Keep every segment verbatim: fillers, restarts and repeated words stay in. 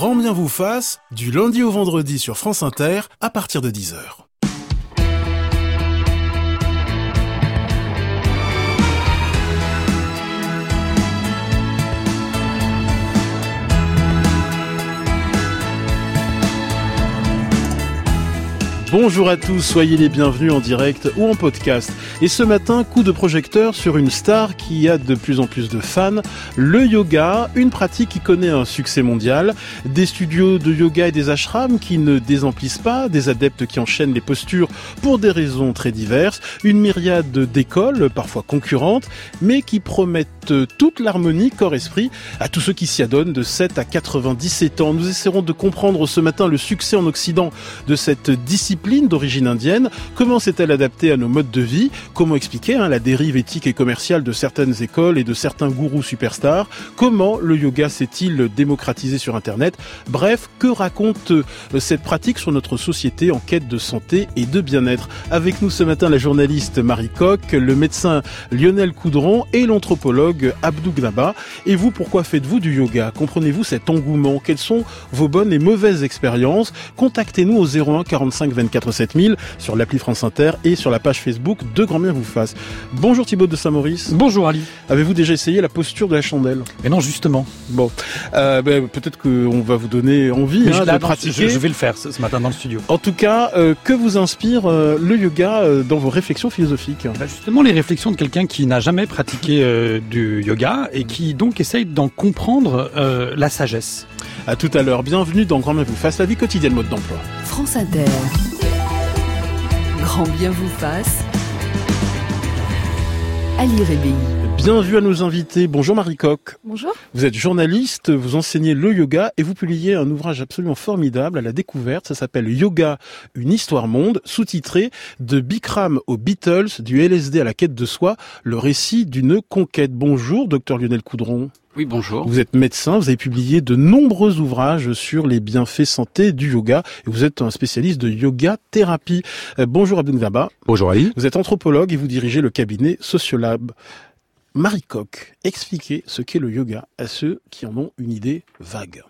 Grand bien vous fasse, du lundi au vendredi sur France Inter, à partir de dix heures. Bonjour à tous, soyez les bienvenus en direct ou en podcast. Et ce matin, coup de projecteur sur une star qui a de plus en plus de fans, le yoga, une pratique qui connaît un succès mondial, des studios de yoga et des ashrams qui ne désemplissent pas, des adeptes qui enchaînent les postures pour des raisons très diverses, une myriade d'écoles, parfois concurrentes, mais qui promettent toute l'harmonie corps-esprit à tous ceux qui s'y adonnent de sept à quatre-vingt-dix-sept ans. Nous essaierons de comprendre ce matin le succès en Occident de cette discipline d'origine indienne, comment s'est-elle adaptée à nos modes de vie, comment expliquer hein, la dérive éthique et commerciale de certaines écoles et de certains gourous superstars, comment le yoga s'est-il démocratisé sur Internet, bref, que raconte euh, cette pratique sur notre société en quête de santé et de bien-être. Avec nous ce matin la journaliste Marie Coq, le médecin Lionel Coudron et l'anthropologue Abdou Gnaba. Et vous, pourquoi faites-vous du yoga ? Comprenez-vous cet engouement ? Quelles sont vos bonnes et mauvaises expériences ? Contactez-nous au zéro un quarante-cinq vingt-quatre sept mille sur l'appli France Inter et sur la page Facebook de Grand Bien vous fasse. Bonjour Thibaut de Saint-Maurice. Bonjour Ali. Avez-vous déjà essayé la posture de la chandelle ? Mais non, justement. Bon, euh, ben, peut-être qu'on va vous donner envie hein, je, de là, pratiquer. Je, je vais le faire ce, ce matin dans le studio. En tout cas, euh, que vous inspire euh, le yoga euh, dans vos réflexions philosophiques ? Bah justement, les réflexions de quelqu'un qui n'a jamais pratiqué euh, du yoga et qui donc essaye d'en comprendre euh, la sagesse. À tout à l'heure. Bienvenue dans Grand Bien vous fasse, la vie quotidienne mode d'emploi. France Inter. Grand bien vous fasse. Ali Rébéi. Bien vu à nos invités. Bonjour Marie Coq. Bonjour. Vous êtes journaliste, vous enseignez le yoga et vous publiez un ouvrage absolument formidable à la découverte. Ça s'appelle Yoga, une histoire monde, sous-titré de Bikram aux Beatles, du L S D à la quête de soi, le récit d'une conquête. Bonjour docteur Lionel Coudron. Oui, bonjour. Vous êtes médecin, vous avez publié de nombreux ouvrages sur les bienfaits santé du yoga et vous êtes un spécialiste de yoga thérapie. Euh, bonjour Abdou Gnaba. Bonjour Ali. Vous êtes anthropologue et vous dirigez le cabinet Sociolab. Marie Coq, expliquez ce qu'est le yoga à ceux qui en ont une idée vague.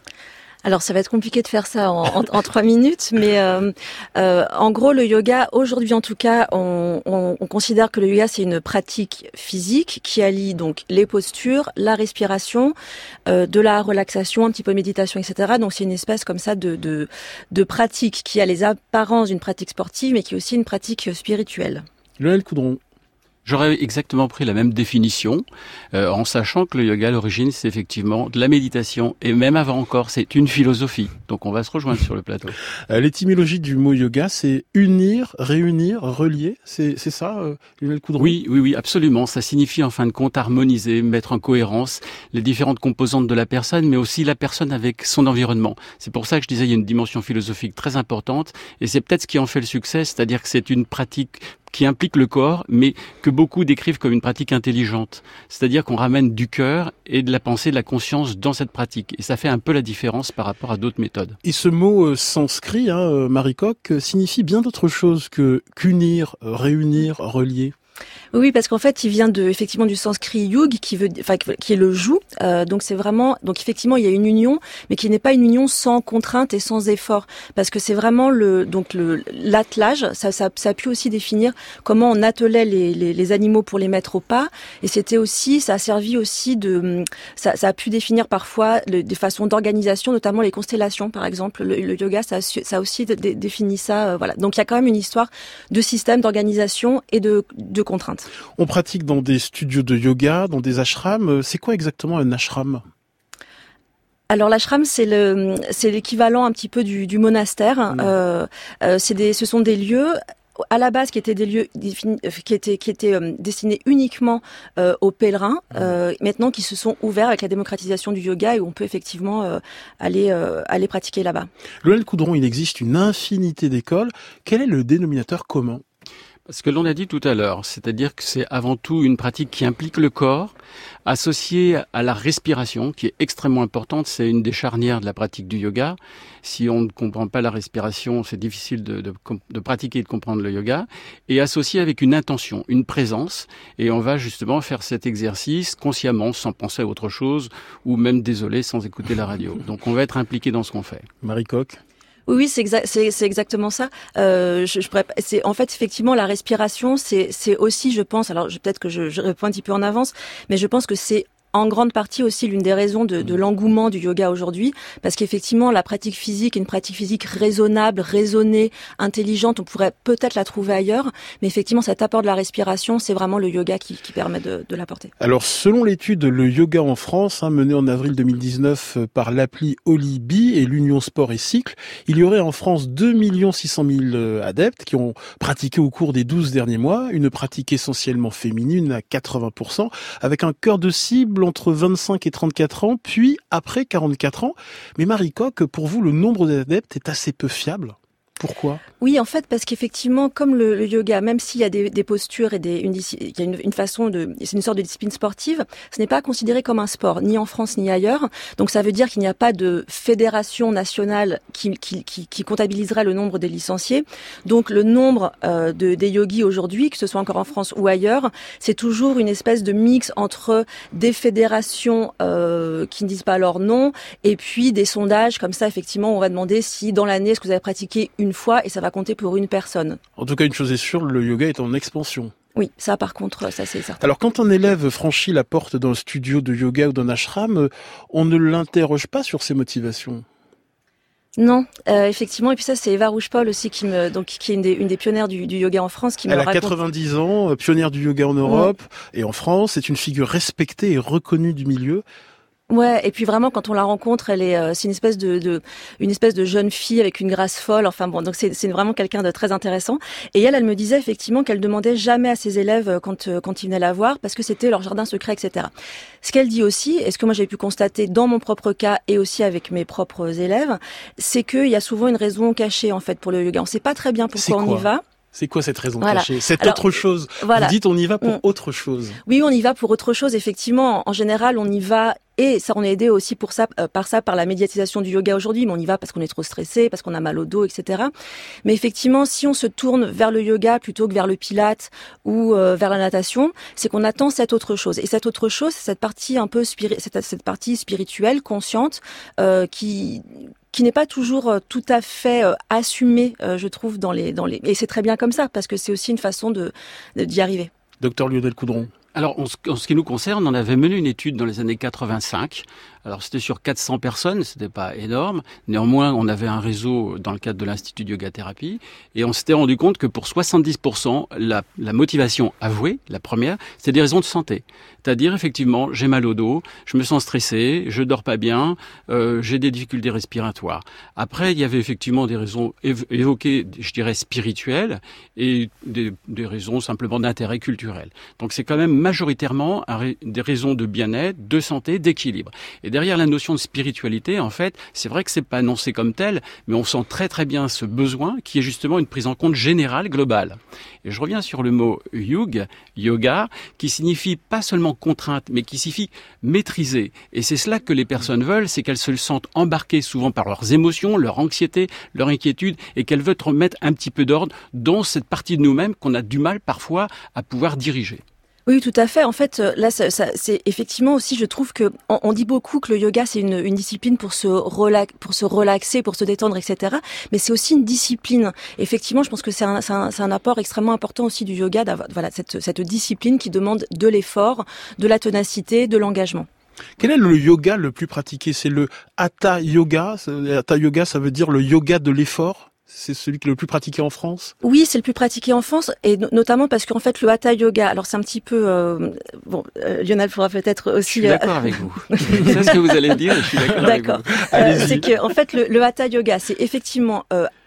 Alors, ça va être compliqué de faire ça en, en, en trois minutes, mais euh, euh, en gros, le yoga, aujourd'hui en tout cas, on, on, on considère que le yoga, c'est une pratique physique qui allie donc les postures, la respiration, euh, de la relaxation, un petit peu de méditation, et cetera. Donc, c'est une espèce comme ça de, de, de pratique qui a les apparences d'une pratique sportive, mais qui est aussi une pratique spirituelle. Lionel Coudron. J'aurais exactement pris la même définition, euh, en sachant que le yoga, à l'origine, c'est effectivement de la méditation. Et même avant encore, c'est une philosophie. Donc on va se rejoindre sur le plateau. Euh, l'étymologie du mot yoga, c'est unir, réunir, relier. C'est, c'est ça, euh, Lionel Coudron ? Oui, oui, oui, absolument. Ça signifie en fin de compte harmoniser, mettre en cohérence les différentes composantes de la personne, mais aussi la personne avec son environnement. C'est pour ça que je disais, il y a une dimension philosophique très importante. Et c'est peut-être ce qui en fait le succès, c'est-à-dire que c'est une pratique qui implique le corps, mais que beaucoup décrivent comme une pratique intelligente. C'est-à-dire qu'on ramène du cœur et de la pensée, de la conscience dans cette pratique. Et ça fait un peu la différence par rapport à d'autres méthodes. Et ce mot euh, sanskrit, hein, euh, Marie Coq, euh, signifie bien d'autres choses que qu'unir, euh, réunir, relier. Oui, parce qu'en fait, il vient de effectivement du sanskrit yug, qui veut, enfin, qui est le joug. Euh, donc c'est vraiment, donc effectivement, il y a une union, mais qui n'est pas une union sans contrainte et sans effort, parce que c'est vraiment le, donc le l'attelage. Ça, ça, ça a pu aussi définir comment on attelait les, les, les animaux pour les mettre au pas, et c'était aussi, ça a servi aussi de, ça, ça a pu définir parfois le, des façons d'organisation, notamment les constellations, par exemple. Le, le yoga, ça, a, ça a aussi dé, défini ça. Euh, voilà. Donc il y a quand même une histoire de système, d'organisation et de, de contraintes. On pratique dans des studios de yoga, dans des ashrams. C'est quoi exactement un ashram ? Alors l'ashram, c'est le, c'est l'équivalent un petit peu du, du monastère. Mmh. Euh, euh, c'est des, ce sont des lieux à la base qui étaient des lieux définis, qui étaient qui étaient euh, destinés uniquement euh, aux pèlerins. Euh, maintenant, qui se sont ouverts avec la démocratisation du yoga et où on peut effectivement euh, aller euh, aller pratiquer là-bas. Lionel Coudron, il existe une infinité d'écoles. Quel est le dénominateur commun ? Ce que l'on a dit tout à l'heure, c'est-à-dire que c'est avant tout une pratique qui implique le corps, associée à la respiration, qui est extrêmement importante. C'est une des charnières de la pratique du yoga. Si on ne comprend pas la respiration, c'est difficile de, de, de pratiquer et de comprendre le yoga. Et associée avec une intention, une présence. Et on va justement faire cet exercice consciemment, sans penser à autre chose, ou même, désolé, sans écouter la radio. Donc on va être impliqué dans ce qu'on fait. Marie Coq. Oui, oui, c'est, exa- c'est, c'est exactement ça. Euh, je, je pourrais, c'est en fait effectivement la respiration, c'est, c'est aussi, je pense. Alors je, peut-être que je, je réponds un petit peu en avance, mais je pense que c'est en grande partie aussi l'une des raisons de, de l'engouement du yoga aujourd'hui, parce qu'effectivement la pratique physique est une pratique physique raisonnable, raisonnée, intelligente. On pourrait peut-être la trouver ailleurs, mais effectivement cet apport de la respiration, c'est vraiment le yoga qui, qui permet de, de l'apporter. Alors selon l'étude Le Yoga en France, hein, menée en avril deux mille dix-neuf par l'appli Olibi et l'Union Sport et Cycle, il y aurait en France deux millions six cent mille adeptes qui ont pratiqué au cours des douze derniers mois une pratique essentiellement féminine à quatre-vingts pour cent, avec un cœur de cible entre vingt-cinq et trente-quatre ans, puis après quarante-quatre ans. Mais Marie Coq, pour vous, le nombre d'adeptes est assez peu fiable. Pourquoi ? Oui, en fait, parce qu'effectivement, comme le, le yoga, même s'il y a des, des postures et des, une, il y a une, une façon de, c'est une sorte de discipline sportive, ce n'est pas considéré comme un sport, ni en France ni ailleurs. Donc, ça veut dire qu'il n'y a pas de fédération nationale qui, qui, qui, qui comptabiliserait le nombre des licenciés. Donc, le nombre euh, de des yogis aujourd'hui, que ce soit encore en France ou ailleurs, c'est toujours une espèce de mix entre des fédérations euh, qui ne disent pas leur nom et puis des sondages comme ça. Effectivement, on va demander si dans l'année, est-ce que vous avez pratiqué une fois et ça va compter pour une personne. En tout cas, une chose est sûre, le yoga est en expansion. Oui, ça par contre, ça c'est certain. Alors quand un élève franchit la porte d'un studio de yoga ou d'un ashram, on ne l'interroge pas sur ses motivations. Non, euh, effectivement, et puis ça c'est Eva Rouge-Paul aussi qui me donc qui est une des, une des pionnières du, du yoga en France qui me Elle a raconte... quatre-vingt-dix ans, pionnière du yoga en Europe mmh. et en France, c'est une figure respectée et reconnue du milieu. Ouais, et puis vraiment quand on la rencontre, elle est, euh, c'est une espèce de, de, une espèce de jeune fille avec une grâce folle. Enfin bon, donc c'est, c'est vraiment quelqu'un de très intéressant. Et elle, elle me disait effectivement qu'elle demandait jamais à ses élèves quand, quand ils venaient la voir parce que c'était leur jardin secret, et cetera. Ce qu'elle dit aussi, et ce que moi j'ai pu constater dans mon propre cas et aussi avec mes propres élèves, c'est qu'il y a souvent une raison cachée en fait pour le yoga. On sait pas très bien pourquoi on y va. C'est quoi cette raison voilà. cachée ? Cette Alors, autre chose. Voilà. Vous dites on y va pour on... autre chose. Oui, on y va pour autre chose. Effectivement, en général, on y va. Et ça, on est aidé aussi pour ça, euh, par ça, par la médiatisation du yoga aujourd'hui. Mais on y va parce qu'on est trop stressé, parce qu'on a mal au dos, et cetera. Mais effectivement, si on se tourne vers le yoga plutôt que vers le pilate ou euh, vers la natation, c'est qu'on attend cette autre chose. Et cette autre chose, c'est cette partie un peu spiri- cette, cette partie spirituelle, consciente, euh, qui qui n'est pas toujours euh, tout à fait euh, assumée, euh, je trouve, dans les dans les. Et c'est très bien comme ça parce que c'est aussi une façon de, de d'y arriver. Docteur Lionel Coudron. Alors, en ce, en ce qui nous concerne, on avait mené une étude dans les années quatre-vingt-cinq. Alors, c'était sur quatre cents personnes, c'était pas énorme. Néanmoins, on avait un réseau dans le cadre de l'Institut de Yoga Thérapie. Et on s'était rendu compte que pour soixante-dix pour cent, la, la motivation avouée, la première, c'était des raisons de santé. C'est-à-dire, effectivement, j'ai mal au dos, je me sens stressé, je dors pas bien, euh, j'ai des difficultés respiratoires. Après, il y avait effectivement des raisons évo- évoquées, je dirais, spirituelles et des, des raisons simplement d'intérêt culturel. Donc, c'est quand même majoritairement des raisons de bien-être, de santé, d'équilibre. Et derrière la notion de spiritualité, en fait, c'est vrai que c'est pas annoncé comme tel, mais on sent très très bien ce besoin qui est justement une prise en compte générale, globale. Et je reviens sur le mot yug, yoga, qui signifie pas seulement contrainte, mais qui signifie maîtriser. Et c'est cela que les personnes veulent, c'est qu'elles se sentent embarquées souvent par leurs émotions, leur anxiété, leur inquiétude, et qu'elles veulent remettre un petit peu d'ordre dans cette partie de nous-mêmes qu'on a du mal parfois à pouvoir diriger. Oui, tout à fait. En fait, là, ça, ça, c'est effectivement aussi, je trouve que on, on dit beaucoup que le yoga c'est une, une discipline pour se relax, pour se relaxer, pour se détendre, et cetera. Mais c'est aussi une discipline. Effectivement, je pense que c'est un, c'est un, c'est un apport extrêmement important aussi du yoga, d'avoir voilà cette, cette discipline qui demande de l'effort, de la ténacité, de l'engagement. Quel est le yoga le plus pratiqué ? C'est le Hatha Yoga. Hatha Yoga, ça veut dire le yoga de l'effort. C'est celui qui est le plus pratiqué en France ? Oui, c'est le plus pratiqué en France, et no- notamment parce qu'en fait, le Hatha Yoga, alors c'est un petit peu... Euh, bon, euh, Lionel pourra peut-être aussi... Je suis d'accord euh... avec vous. Je sais ce que vous allez dire, et je suis d'accord, d'accord. avec vous. D'accord. Euh, c'est que, en fait, le, le Hatha Yoga, c'est effectivement... Euh,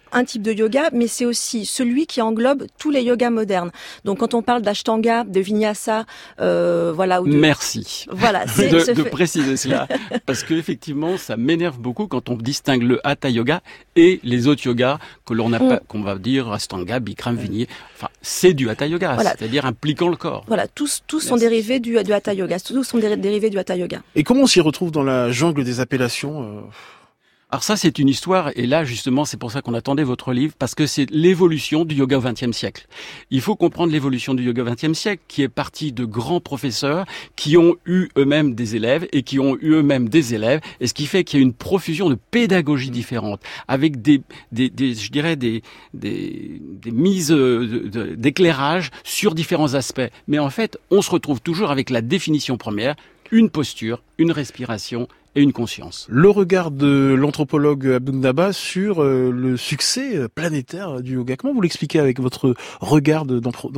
un type de yoga, mais c'est aussi celui qui englobe tous les yogas modernes. Donc quand on parle d'ashtanga, de vinyasa, euh, voilà. Ou de... Merci. Voilà. C'est, de, de préciser cela, parce que effectivement, ça m'énerve beaucoup quand on distingue le hatha yoga et les autres yogas que l'on a mm. pas, qu'on va dire ashtanga, bikram, vinaya. Enfin, c'est du hatha yoga, voilà. C'est-à-dire impliquant le corps. Voilà, tous tous Merci. sont dérivés du, du hatha yoga. Tous sont dérivés du hatha yoga. Et comment on s'y retrouve dans la jungle des appellations euh... Alors ça, c'est une histoire, et là, justement, c'est pour ça qu'on attendait votre livre, parce que c'est l'évolution du yoga au vingtième siècle. Il faut comprendre l'évolution du yoga au vingtième siècle, qui est partie de grands professeurs qui ont eu eux-mêmes des élèves, et qui ont eu eux-mêmes des élèves, et ce qui fait qu'il y a une profusion de pédagogies différentes, avec des, des, des je dirais, des, des, des mises de, de, d'éclairage sur différents aspects. Mais en fait, on se retrouve toujours avec la définition première, une posture, une respiration, et une conscience. Le regard de l'anthropologue Abdou Gnaba sur euh, le succès planétaire du yoga. Comment vous l'expliquez avec votre regard d'anthropologue ?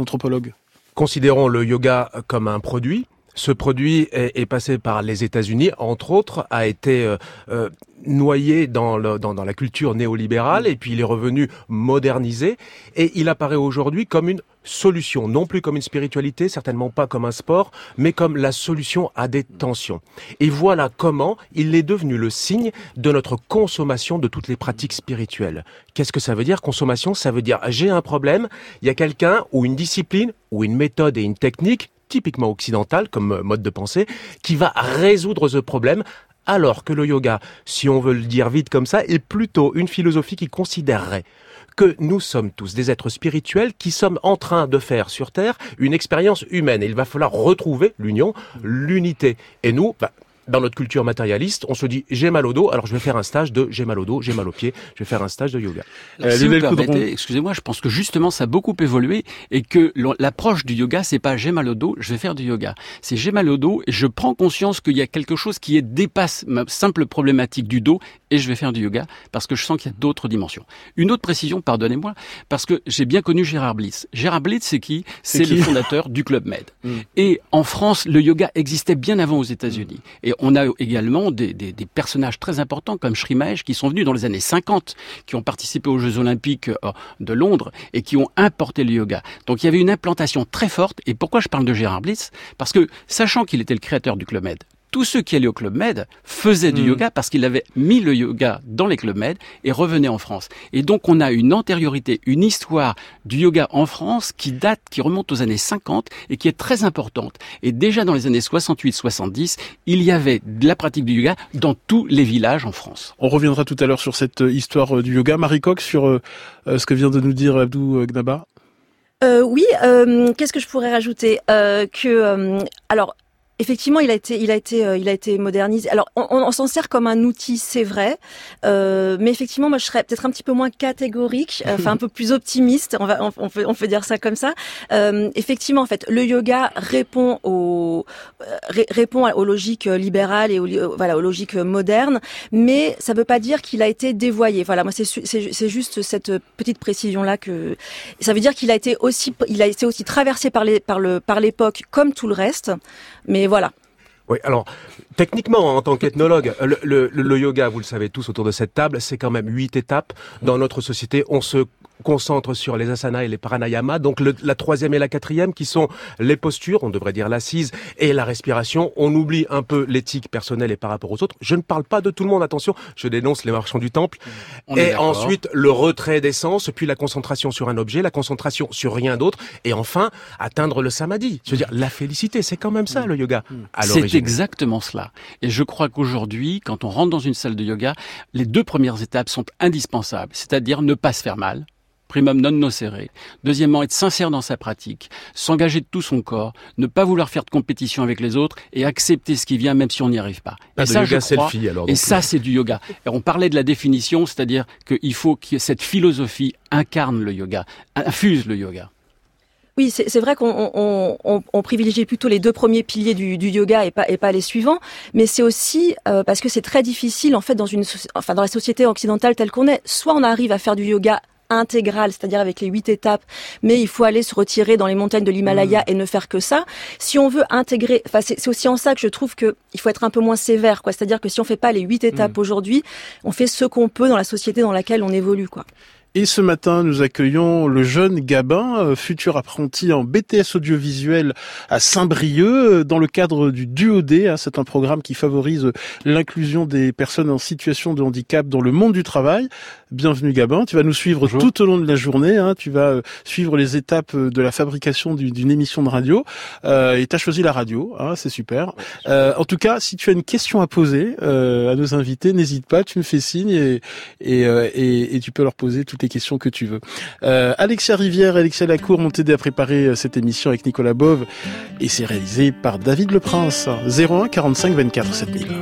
Considérons le yoga comme un produit. Ce produit est, est passé par les États-Unis, entre autres, a été euh, euh, noyé dans, le, dans, dans la culture néolibérale, et puis il est revenu modernisé, et il apparaît aujourd'hui comme une solution, non plus comme une spiritualité, certainement pas comme un sport, mais comme la solution à des tensions. Et voilà comment il est devenu le signe de notre consommation de toutes les pratiques spirituelles. Qu'est-ce que ça veut dire, consommation ? Ça veut dire, j'ai un problème, il y a quelqu'un ou une discipline, ou une méthode et une technique, typiquement occidentale comme mode de pensée, qui va résoudre ce problème, alors que le yoga, si on veut le dire vite comme ça, est plutôt une philosophie qui considérerait que nous sommes tous des êtres spirituels qui sommes en train de faire sur Terre une expérience humaine. Et il va falloir retrouver l'union, l'unité. Et nous, bah, dans notre culture matérialiste, on se dit j'ai mal au dos, alors je vais faire un stage de j'ai mal au dos, j'ai mal aux pieds, je vais faire un stage de yoga. Alors, si vous permettez, excusez-moi, je pense que justement ça a beaucoup évolué et que l'approche du yoga, c'est pas j'ai mal au dos, je vais faire du yoga. C'est j'ai mal au dos et je prends conscience qu'il y a quelque chose qui est, dépasse ma simple problématique du dos et je vais faire du yoga parce que je sens qu'il y a d'autres dimensions. Une autre précision, pardonnez-moi, parce que j'ai bien connu Gérard Blitz. Gérard Blitz, c'est qui ? C'est, c'est qui le fondateur du Club Med. Mm. Et en France, le yoga existait bien avant aux États-Unis. Mm. Et on a également des, des, des personnages très importants comme Sri Mahesh qui sont venus dans les années cinquante, qui ont participé aux Jeux Olympiques de Londres et qui ont importé le yoga. Donc il y avait une implantation très forte. Et pourquoi je parle de Gérard Blitz ? Parce que, sachant qu'il était le créateur du Club Med, tous ceux qui allaient au Club Med faisaient du mmh. yoga parce qu'il avait mis le yoga dans les Club Med et revenaient en France. Et donc, on a une antériorité, une histoire du yoga en France qui date, qui remonte aux années cinquante et qui est très importante. Et déjà dans les années soixante-huit soixante-dix, il y avait de la pratique du yoga dans tous les villages en France. On reviendra tout à l'heure sur cette histoire du yoga. Marie Coq, sur euh, ce que vient de nous dire Abdou Gnaba. Euh, oui, euh, qu'est-ce que je pourrais rajouter euh, que euh, alors. Effectivement, il a été, il a été, euh, il a été modernisé. Alors, on, on s'en sert comme un outil, c'est vrai, euh, mais effectivement, moi, je serais peut-être un petit peu moins catégorique, enfin euh, un peu plus optimiste. On va, on, on peut, on peut dire ça comme ça. Euh, effectivement, en fait, le yoga répond aux, ré, répond aux logiques libérales et aux, voilà, aux logiques modernes, mais ça ne veut pas dire qu'il a été dévoyé. Voilà, moi, c'est, c'est, c'est juste cette petite précision-là que ça veut dire qu'il a été aussi, il a été aussi traversé par les, par le, par l'époque comme tout le reste, mais voilà. Oui, alors, techniquement, en tant qu'ethnologue, le, le, le yoga, vous le savez tous autour de cette table, c'est quand même huit étapes. Dans notre société, on se concentre sur les asanas et les pranayama, donc le, la troisième et la quatrième qui sont les postures, on devrait dire l'assise et la respiration. On oublie un peu l'éthique personnelle et par rapport aux autres. Je ne parle pas de tout le monde, attention, je dénonce les marchands du temple. On et ensuite, le retrait des sens, puis la concentration sur un objet, la concentration sur rien d'autre, et enfin, atteindre le samadhi. Je veux dire, la félicité, c'est quand même ça, le yoga, à l'origine. C'est exactement cela. Et je crois qu'aujourd'hui, quand on rentre dans une salle de yoga, les deux premières étapes sont indispensables, c'est-à-dire ne pas se faire mal. Primum non nocere. Deuxièmement, être sincère dans sa pratique, s'engager de tout son corps, ne pas vouloir faire de compétition avec les autres et accepter ce qui vient même si on n'y arrive pas. Ah, et ça, yoga je crois, selfie, alors, et ça, c'est du yoga. Et on parlait de la définition, c'est-à-dire qu'il faut que cette philosophie incarne le yoga, infuse le yoga. Oui, c'est, c'est vrai qu'on on, on, on privilégie plutôt les deux premiers piliers du, du yoga et pas, et pas les suivants, mais c'est aussi euh, parce que c'est très difficile en fait dans une, enfin dans la société occidentale telle qu'on est. Soit on arrive à faire du yoga intégral, c'est-à-dire avec les huit étapes, mais il faut aller se retirer dans les montagnes de l'Himalaya mmh. et ne faire que ça. Si on veut intégrer, enfin c'est, c'est aussi en ça que je trouve que il faut être un peu moins sévère, quoi. C'est-à-dire que si on fait pas les huit étapes mmh. aujourd'hui, on fait ce qu'on peut dans la société dans laquelle on évolue, quoi. Et ce matin, nous accueillons le jeune Gabin, futur apprenti en B T S audiovisuel à Saint-Brieuc, dans le cadre du D U O D. C'est un programme qui favorise l'inclusion des personnes en situation de handicap dans le monde du travail. Bienvenue Gabin, tu vas nous suivre Bonjour. Tout au long de la journée. Hein. Tu vas suivre les étapes de la fabrication d'une émission de radio. Euh, et tu as choisi la radio, hein, c'est super. Euh, en tout cas, si tu as une question à poser euh, à nos invités, n'hésite pas, tu me fais signe et, et, euh, et, et tu peux leur poser toutes les questions que tu veux. Euh, Alexia Rivière et Alexia Lacour m'ont aidé à préparer cette émission avec Nicolas Bove et c'est réalisé par David Le Prince. zéro un quarante-cinq vingt-quatre sept mille.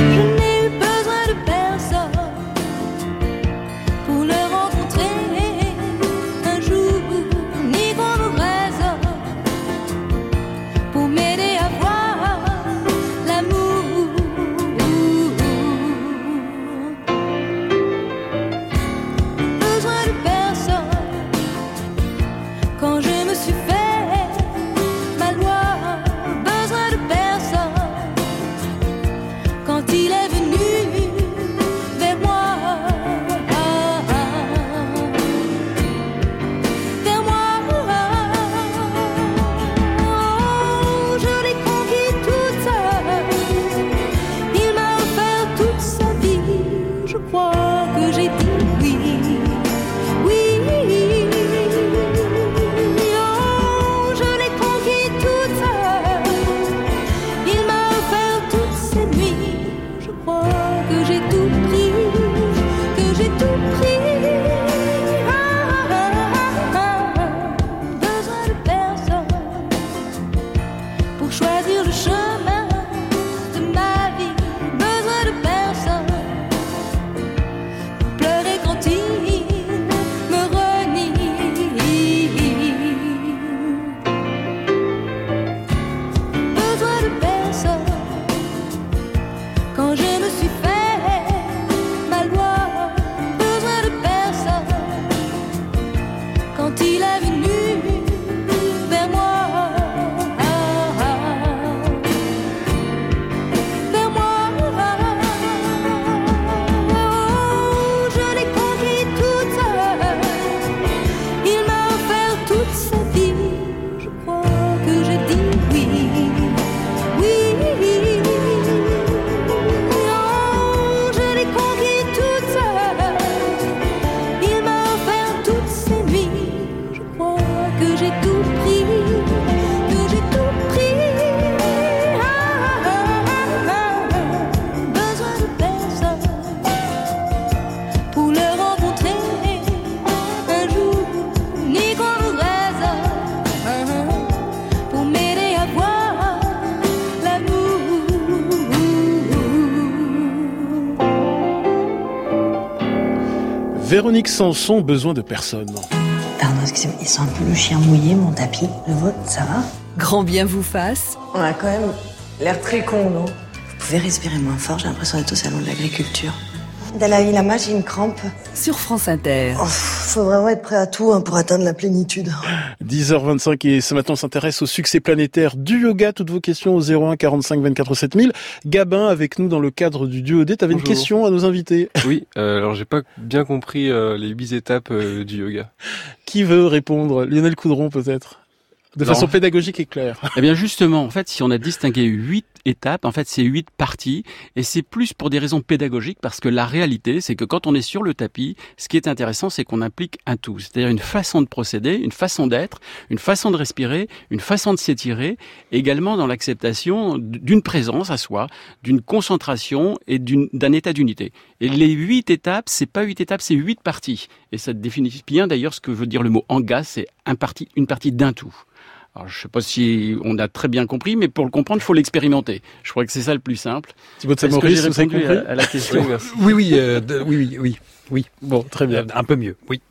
Véronique Sanson, besoin de personne. Pardon, excusez-moi, il sent un peu le chien mouillé, mon tapis. Le vôtre, ça va? Grand bien vous fasse. On a quand même l'air très con, non? Vous pouvez respirer moins fort, j'ai l'impression d'être au salon de l'agriculture. Dalai Lama, j'ai une crampe. Sur France Inter. Oh, faut vraiment être prêt à tout hein, pour atteindre la plénitude. dix heures vingt-cinq et ce matin on s'intéresse au succès planétaire du yoga. Toutes vos questions au zéro un quarante-cinq vingt-quatre sept mille. Gabin avec nous dans le cadre du D U O D. T'avais une question à nos invités? Oui, euh, alors j'ai pas bien compris euh, les huit étapes euh, du yoga. Qui veut répondre? Lionel Coudron peut-être? De non. façon pédagogique et claire. Eh bien justement, en fait, si on a distingué huit étapes, en fait, c'est huit parties, et c'est plus pour des raisons pédagogiques, parce que la réalité, c'est que quand on est sur le tapis, ce qui est intéressant, c'est qu'on implique un tout, c'est-à-dire une façon de procéder, une façon d'être, une façon de respirer, une façon de s'étirer, également dans l'acceptation d'une présence à soi, d'une concentration et d'une, d'un état d'unité. Et les huit étapes, c'est pas huit étapes, c'est huit parties. Et ça définit bien d'ailleurs ce que veut dire le mot anga, c'est un parti, une partie d'un tout. Alors, je sais pas si on a très bien compris, mais pour le comprendre, il faut l'expérimenter. Je crois que c'est ça le plus simple. Thibaut de Saint-Maurice, vous avez compris à, à la question? Oui, oui, oui, euh, de, oui, oui, oui, oui. Bon, très bien. Euh, un peu mieux, oui.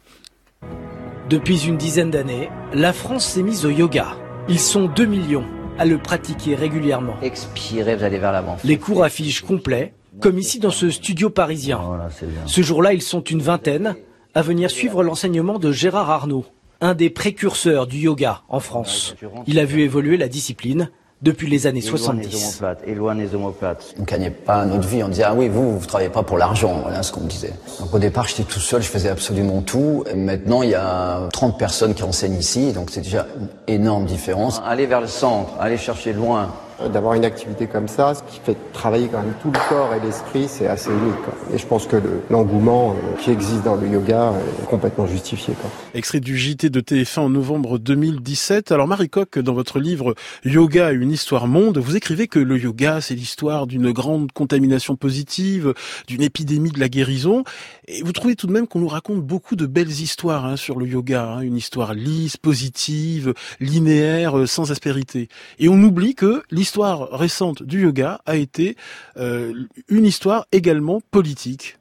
Depuis une dizaine d'années, la France s'est mise au yoga. Ils sont deux millions à le pratiquer régulièrement. Expirez, vous allez vers l'avant. Les cours affichent complets, comme ici dans ce studio parisien. Voilà, c'est bien. Ce jour-là, ils sont une vingtaine à venir suivre l'enseignement de Gérard Arnault, un des précurseurs du yoga en France. Il a vu évoluer la discipline depuis les années soixante-dix. soixante-dix. Éloigne les omoplates, éloigne les omoplates. On ne gagnait pas notre vie, on disait « Ah oui, vous, vous travaillez pas pour l'argent », voilà ce qu'on me disait. Donc au départ, j'étais tout seul, je faisais absolument tout. Et maintenant, il y a trente personnes qui enseignent ici, donc c'est déjà une énorme différence. Allez vers le centre, allez chercher loin. D'avoir une activité comme ça, ce qui fait travailler quand même tout le corps et l'esprit, c'est assez unique, quoi. Et je pense que le, l'engouement euh, qui existe dans le yoga est complètement justifié, quoi. Extrait du J T de T F un en novembre deux mille dix-sept. Alors Marie Coq, dans votre livre Yoga, une histoire monde, vous écrivez que le yoga, c'est l'histoire d'une grande contamination positive, d'une épidémie de la guérison. Et vous trouvez tout de même qu'on nous raconte beaucoup de belles histoires hein, sur le yoga, hein, une histoire lisse, positive, linéaire, sans aspérité. Et on oublie que l'histoire récente du yoga a été euh, une histoire également politique.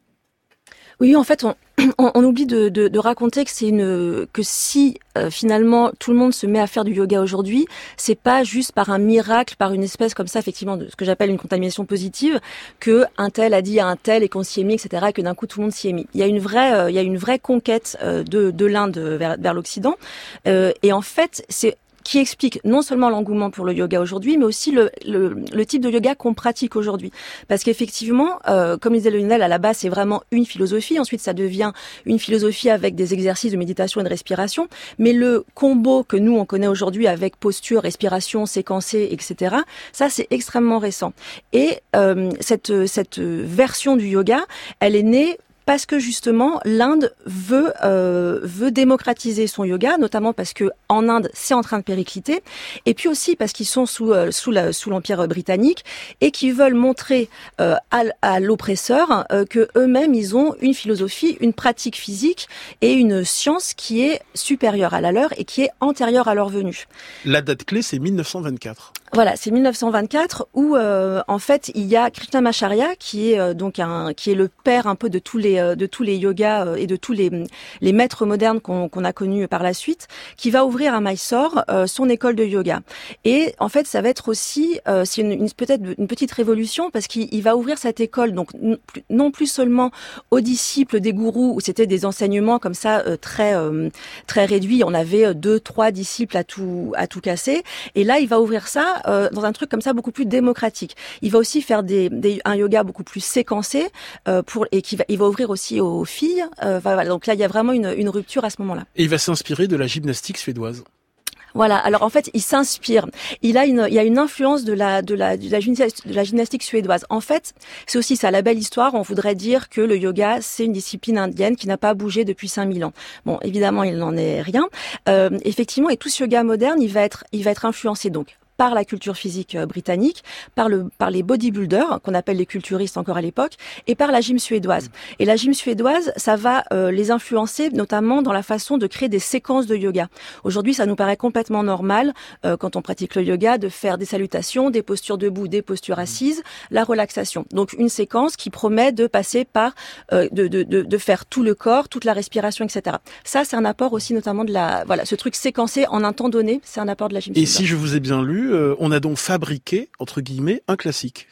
Oui, en fait, on, on, on oublie de, de, de raconter que c'est une que si euh, finalement tout le monde se met à faire du yoga aujourd'hui, c'est pas juste par un miracle, par une espèce comme ça, effectivement, de ce que j'appelle une contamination positive, que un tel a dit à un tel et qu'on s'y est mis, et cetera, et que d'un coup tout le monde s'y est mis. Il y a une vraie, euh, il y a une vraie conquête euh, de, de l'Inde vers, vers l'Occident, euh, et en fait, c'est qui explique non seulement l'engouement pour le yoga aujourd'hui, mais aussi le, le, le type de yoga qu'on pratique aujourd'hui. Parce qu'effectivement, euh, comme disait Lionel, à la base, c'est vraiment une philosophie. Ensuite, ça devient une philosophie avec des exercices de méditation et de respiration. Mais le combo que nous, on connaît aujourd'hui avec posture, respiration, séquencée, et cetera, ça, c'est extrêmement récent. Et euh, cette, cette version du yoga, elle est née parce que justement l'Inde veut euh, veut démocratiser son yoga, notamment parce que en Inde c'est en train de péricliter, et puis aussi parce qu'ils sont sous euh, sous la sous l'empire britannique et qu'ils veulent montrer euh, à, à l'oppresseur euh, que eux-mêmes ils ont une philosophie, une pratique physique et une science qui est supérieure à la leur et qui est antérieure à leur venue. La date clé c'est mille neuf cent vingt-quatre. Voilà, c'est mille neuf cent vingt-quatre où euh, en fait il y a Krishnamacharya qui est euh, donc un qui est le père un peu de tous les de tous les yogas euh, et de tous les les maîtres modernes qu'on qu'on a connus par la suite, qui va ouvrir à Mysore euh, son école de yoga. Et en fait, ça va être aussi euh, c'est une, une peut-être une petite révolution parce qu'il il va ouvrir cette école donc non plus seulement aux disciples des gourous où c'était des enseignements comme ça euh, très euh, très réduits, on avait deux trois disciples à tout à tout casser, et là il va ouvrir ça Euh, dans un truc comme ça beaucoup plus démocratique. Il va aussi faire des, des un yoga beaucoup plus séquencé euh, pour et qui va il va ouvrir aussi aux filles. Euh, voilà, donc là il y a vraiment une, une rupture à ce moment-là. Et il va s'inspirer de la gymnastique suédoise. Voilà. Alors en fait, il s'inspire. Il a une, il y a une influence de la, de la, de la, de la gymnastique suédoise. En fait, c'est aussi ça la belle histoire. On voudrait dire que le yoga, c'est une discipline indienne qui n'a pas bougé depuis cinq mille ans. Bon, évidemment, il n'en est rien. Euh, effectivement, et tout ce yoga moderne, il va être, il va être influencé donc par la culture physique britannique, par le par les bodybuilders qu'on appelle les culturistes encore à l'époque, et par la gym suédoise. Et la gym suédoise, ça va euh, les influencer notamment dans la façon de créer des séquences de yoga. Aujourd'hui, ça nous paraît complètement normal euh, quand on pratique le yoga de faire des salutations, des postures debout, des postures assises, la relaxation. Donc une séquence qui promet de passer par euh, de, de de de faire tout le corps, toute la respiration, et cetera. Ça, c'est un apport aussi notamment de la voilà ce truc séquencé en un temps donné, c'est un apport de la gym suédoise. Et si je vous ai bien lu, Euh, on a donc fabriqué, entre guillemets, un classique.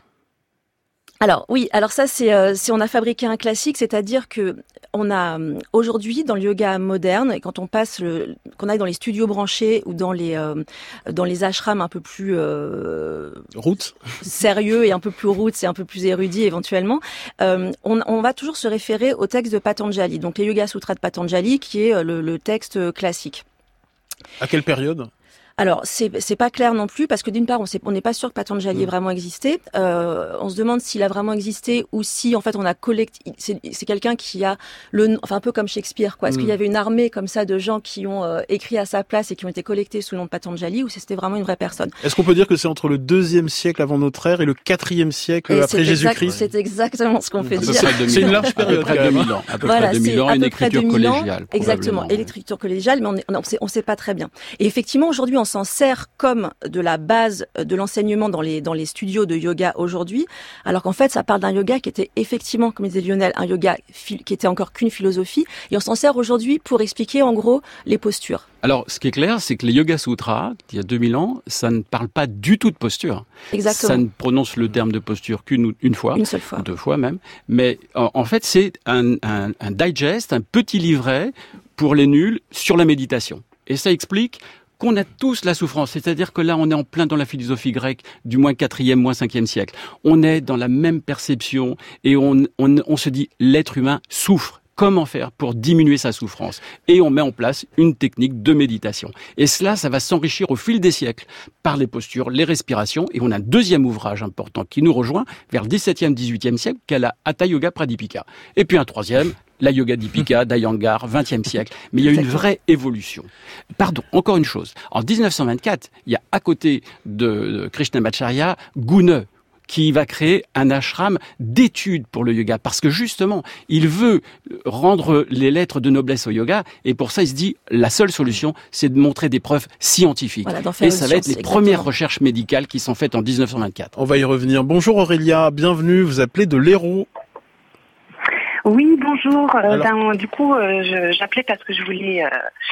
Alors oui, alors ça c'est, euh, c'est on a fabriqué un classique, c'est-à-dire que on a aujourd'hui dans le yoga moderne, et quand on passe, le, qu'on aille dans les studios branchés ou dans les euh, dans les ashrams un peu plus euh, roots, sérieux et un peu plus roots et un peu plus érudits éventuellement, euh, on, on va toujours se référer au texte de Patanjali, donc les Yoga Sutras de Patanjali, qui est le, le texte classique. À quelle période ? Alors c'est c'est pas clair non plus parce que d'une part on sait on n'est pas sûr que Patanjali ait vraiment existé. Euh, on se demande s'il a vraiment existé ou si en fait on a collecté. C'est, c'est quelqu'un qui a le enfin un peu comme Shakespeare quoi. Est-ce mmh. qu'il y avait une armée comme ça de gens qui ont euh, écrit à sa place et qui ont été collectés sous le nom de Patanjali ou si c'était vraiment une vraie personne. Est-ce qu'on peut dire que c'est entre le deuxième siècle avant notre ère et le quatrième siècle et après Jésus-Christ? Exact, c'est exactement ce qu'on peut dire. C'est une large période. À peu près deux mille ans. À peu voilà, près deux mille ans, une écriture collégiale. Exactement, et l'écriture collégiale, mais on est, on sait, on sait pas très bien. Et effectivement aujourd'hui on s'en sert comme de la base de l'enseignement dans les dans les studios de yoga aujourd'hui, alors qu'en fait ça parle d'un yoga qui était effectivement, comme disait Lionel, un yoga qui était encore qu'une philosophie, et on s'en sert aujourd'hui pour expliquer en gros les postures. Alors, ce qui est clair, c'est que les Yoga Sutras, il y a deux mille ans, ça ne parle pas du tout de posture. Exactement. Ça ne prononce le terme de posture qu'une une fois. Une seule fois. Deux fois même. Mais en, en fait, c'est un, un, un digest, un petit livret pour les nuls sur la méditation. Et ça explique qu'on a tous la souffrance. C'est-à-dire que là, on est en plein dans la philosophie grecque du moins quatrième, moins cinquième siècle. On est dans la même perception et on, on, on se dit l'être humain souffre. Comment faire pour diminuer sa souffrance? Et on met en place une technique de méditation. Et cela, ça va s'enrichir au fil des siècles par les postures, les respirations. Et on a un deuxième ouvrage important qui nous rejoint vers le dix-septième, dix-huitième siècle, qu'est la Hatha Yoga Pradipika. Et puis un troisième, la Yoga Dipika d'Iyengar, vingtième siècle. Mais il y a une vraie évolution. Pardon, encore une chose. En dix-neuf cent vingt-quatre, il y a à côté de Krishnamacharya, Gune, qui va créer un ashram d'études pour le yoga. Parce que justement, il veut rendre les lettres de noblesse au yoga. Et pour ça, il se dit, la seule solution, c'est de montrer des preuves scientifiques. Voilà, et ça va être les exactement. premières recherches médicales qui sont faites en dix-neuf cent vingt-quatre. On va y revenir. Bonjour Aurélia, bienvenue. Vous appelez de l'Hérault. Oui, bonjour. Alors... Ben, du coup, euh, je, j'appelais parce que je voulais... Euh...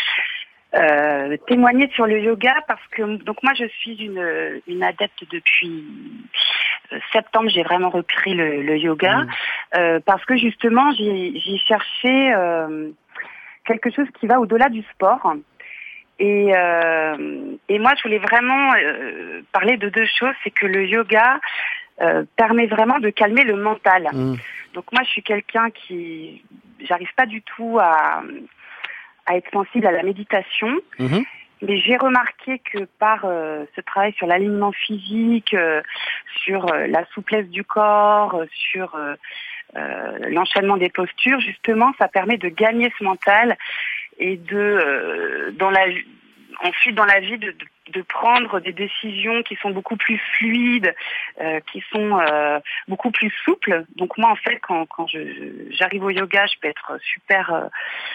Euh, témoigner sur le yoga parce que donc moi je suis une, une adepte depuis euh, septembre, j'ai vraiment repris le, le yoga mmh. euh, parce que justement j'ai, j'ai cherché euh, quelque chose qui va au-delà du sport et, euh, et moi je voulais vraiment euh, parler de deux choses, c'est que le yoga euh, permet vraiment de calmer le mental. Mmh. Donc moi je suis quelqu'un qui j'arrive pas du tout à à être sensible à la méditation, mmh. mais j'ai remarqué que par euh, ce travail sur l'alignement physique, euh, sur euh, la souplesse du corps, euh, sur euh, euh, l'enchaînement des postures, justement, ça permet de gagner ce mental et de, euh, dans la, ensuite dans la vie, de, de, de prendre des décisions qui sont beaucoup plus fluides, euh, qui sont euh, beaucoup plus souples. Donc moi, en fait, quand, quand je, j'arrive au yoga, je peux être super... Euh,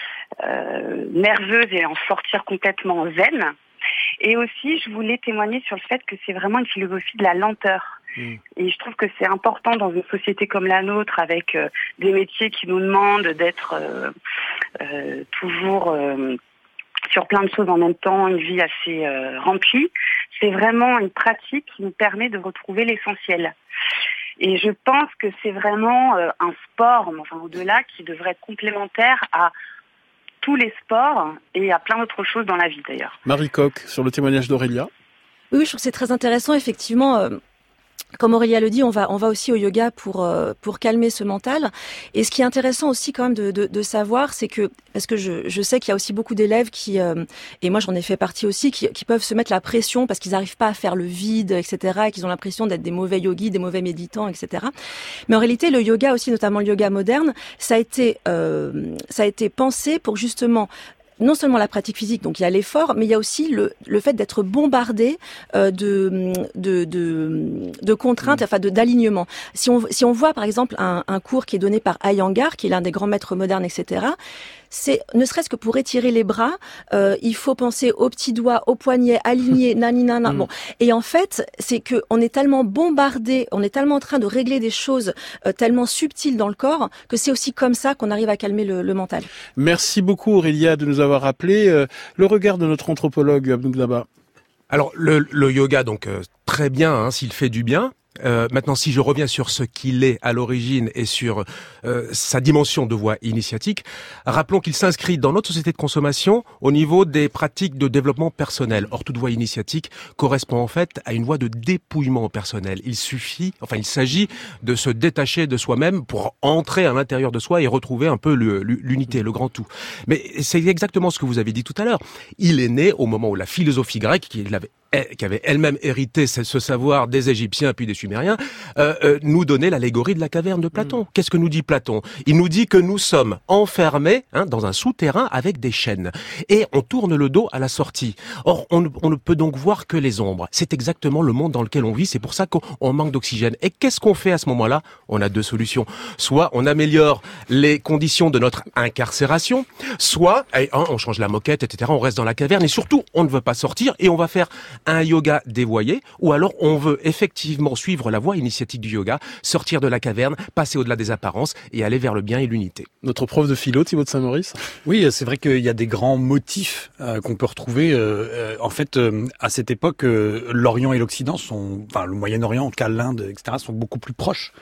Euh, nerveuse et en sortir complètement zen. Et aussi, je voulais témoigner sur le fait que c'est vraiment une philosophie de la lenteur. Mmh. Et je trouve que c'est important dans une société comme la nôtre, avec euh, des métiers qui nous demandent d'être euh, euh, toujours euh, sur plein de choses en même temps, une vie assez euh, remplie. C'est vraiment une pratique qui nous permet de retrouver l'essentiel. Et je pense que c'est vraiment euh, un sport, enfin au-delà, qui devrait être complémentaire à tous les sports et à plein d'autres choses dans la vie d'ailleurs. Marie Coq, sur le témoignage d'Aurélia. Oui, je trouve que c'est très intéressant, effectivement. Euh... Comme Aurélia le dit, on va on va aussi au yoga pour euh, pour calmer ce mental. Et ce qui est intéressant aussi quand même de de, de savoir, c'est que parce que je je sais qu'il y a aussi beaucoup d'élèves qui euh, et moi j'en ai fait partie aussi qui qui peuvent se mettre la pression parce qu'ils n'arrivent pas à faire le vide, et cetera. Et qu'ils ont l'impression d'être des mauvais yogis, des mauvais méditants, et cetera. Mais en réalité, le yoga aussi, notamment le yoga moderne, ça a été euh, ça a été pensé pour justement non seulement la pratique physique, donc il y a l'effort, mais il y a aussi le, le fait d'être bombardé euh, de, de, de, de contraintes, mmh. enfin de, d'alignement. Si on, si on voit par exemple un, un cours qui est donné par Iyengar, qui est l'un des grands maîtres modernes, et cetera, c'est ne serait-ce que pour étirer les bras, euh, il faut penser aux petits doigts, aux poignets, alignés, nani nana. Mmh. Bon, et en fait, c'est que on est tellement bombardé, on est tellement en train de régler des choses euh, tellement subtiles dans le corps que c'est aussi comme ça qu'on arrive à calmer le, le mental. Merci beaucoup Aurélia de nous avoir rappelé euh, le regard de notre anthropologue Abdou Gnaba. Alors le, le yoga, donc euh, très bien hein, s'il fait du bien. Euh, maintenant, si je reviens sur ce qu'il est à l'origine et sur euh, sa dimension de voie initiatique, rappelons qu'il s'inscrit dans notre société de consommation au niveau des pratiques de développement personnel. Or, toute voie initiatique correspond en fait à une voie de dépouillement personnel. Il suffit, enfin, il s'agit de se détacher de soi-même pour entrer à l'intérieur de soi et retrouver un peu le, l'unité, le grand tout. Mais c'est exactement ce que vous avez dit tout à l'heure. Il est né au moment où la philosophie grecque, qui l'avait qui avait elle-même hérité ce savoir des Égyptiens puis des Sumériens, euh, euh, nous donnait l'allégorie de la caverne de Platon. Mmh. Qu'est-ce que nous dit Platon? Il nous dit que nous sommes enfermés hein, dans un souterrain avec des chaînes et on tourne le dos à la sortie. Or, on, on ne peut donc voir que les ombres. C'est exactement le monde dans lequel on vit, c'est pour ça qu'on on manque d'oxygène. Et qu'est-ce qu'on fait à ce moment-là? On a deux solutions. Soit on améliore les conditions de notre incarcération, soit hein, on change la moquette, et cetera. On reste dans la caverne et surtout, on ne veut pas sortir et on va faire un yoga dévoyé, ou alors on veut effectivement suivre la voie initiatique du yoga, sortir de la caverne, passer au-delà des apparences et aller vers le bien et l'unité. Notre prof de philo, Thibaut de Saint-Maurice. Oui, c'est vrai qu'il y a des grands motifs euh, qu'on peut retrouver. Euh, en fait, euh, à cette époque, euh, l'Orient et l'Occident sont, enfin le Moyen-Orient, en tout cas l'Inde, et cetera, sont beaucoup plus proches.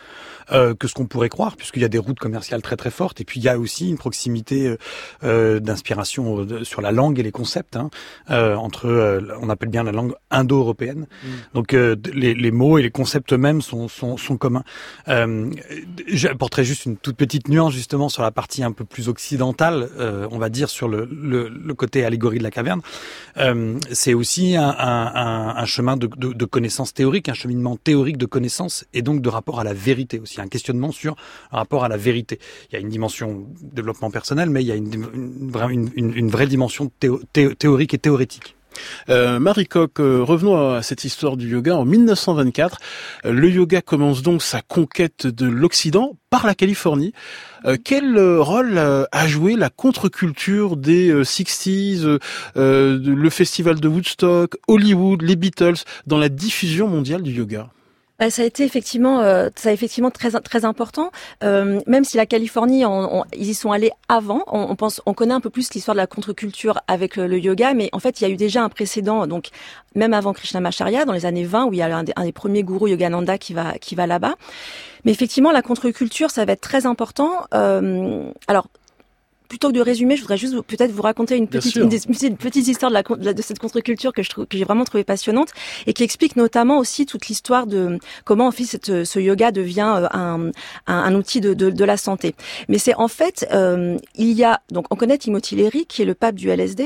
euh, que ce qu'on pourrait croire, puisqu'il y a des routes commerciales très très fortes, et puis il y a aussi une proximité euh, d'inspiration euh, sur la langue et les concepts, hein, euh, entre, euh, on appelle bien la langue indo-européenne. Mmh. Donc euh, les, les mots et les concepts eux-mêmes sont, sont, sont communs. Euh, j'apporterai juste une toute petite nuance justement sur la partie un peu plus occidentale, euh, on va dire sur le, le, le côté allégorie de la caverne. Euh, c'est aussi un, un, un chemin de, de, de connaissances théoriques, un cheminement théorique de connaissances et donc de rapport à la vérité aussi, un questionnement sur un rapport à la vérité. Il y a une dimension développement personnel, mais il y a une, une, une, une vraie dimension théo, théo, théorique et théorétique. Euh, Marie Coq, euh, revenons à cette histoire du yoga. En mille neuf cent vingt-quatre, euh, le yoga commence donc sa conquête de l'Occident par la Californie. Euh, quel euh, rôle euh, a joué la contre-culture des euh, sixties, euh, le festival de Woodstock, Hollywood, les Beatles dans la diffusion mondiale du yoga ? Bah, ça a été effectivement, euh, ça a effectivement très très important. Euh, même si la Californie, on, on, ils y sont allés avant. On, on pense, on connaît un peu plus l'histoire de la contre-culture avec le, le yoga, mais en fait, il y a eu déjà un précédent. Donc, même avant Krishnamacharya, dans les années vingt, où il y a un des, un des premiers gourous Yogananda qui va qui va là-bas. Mais effectivement, la contre-culture, ça va être très important. Euh, alors. Plutôt que de résumer, je voudrais juste vous, peut-être vous raconter une petite, une, une petite histoire de, la, de, la, de cette contre-culture que je trouve, que j'ai vraiment trouvé passionnante et qui explique notamment aussi toute l'histoire de comment en fait cette, ce yoga devient un, un, un outil de, de, de la santé. Mais c'est en fait, euh, il y a donc on connaît Timothy Leary qui est le pape du L S D.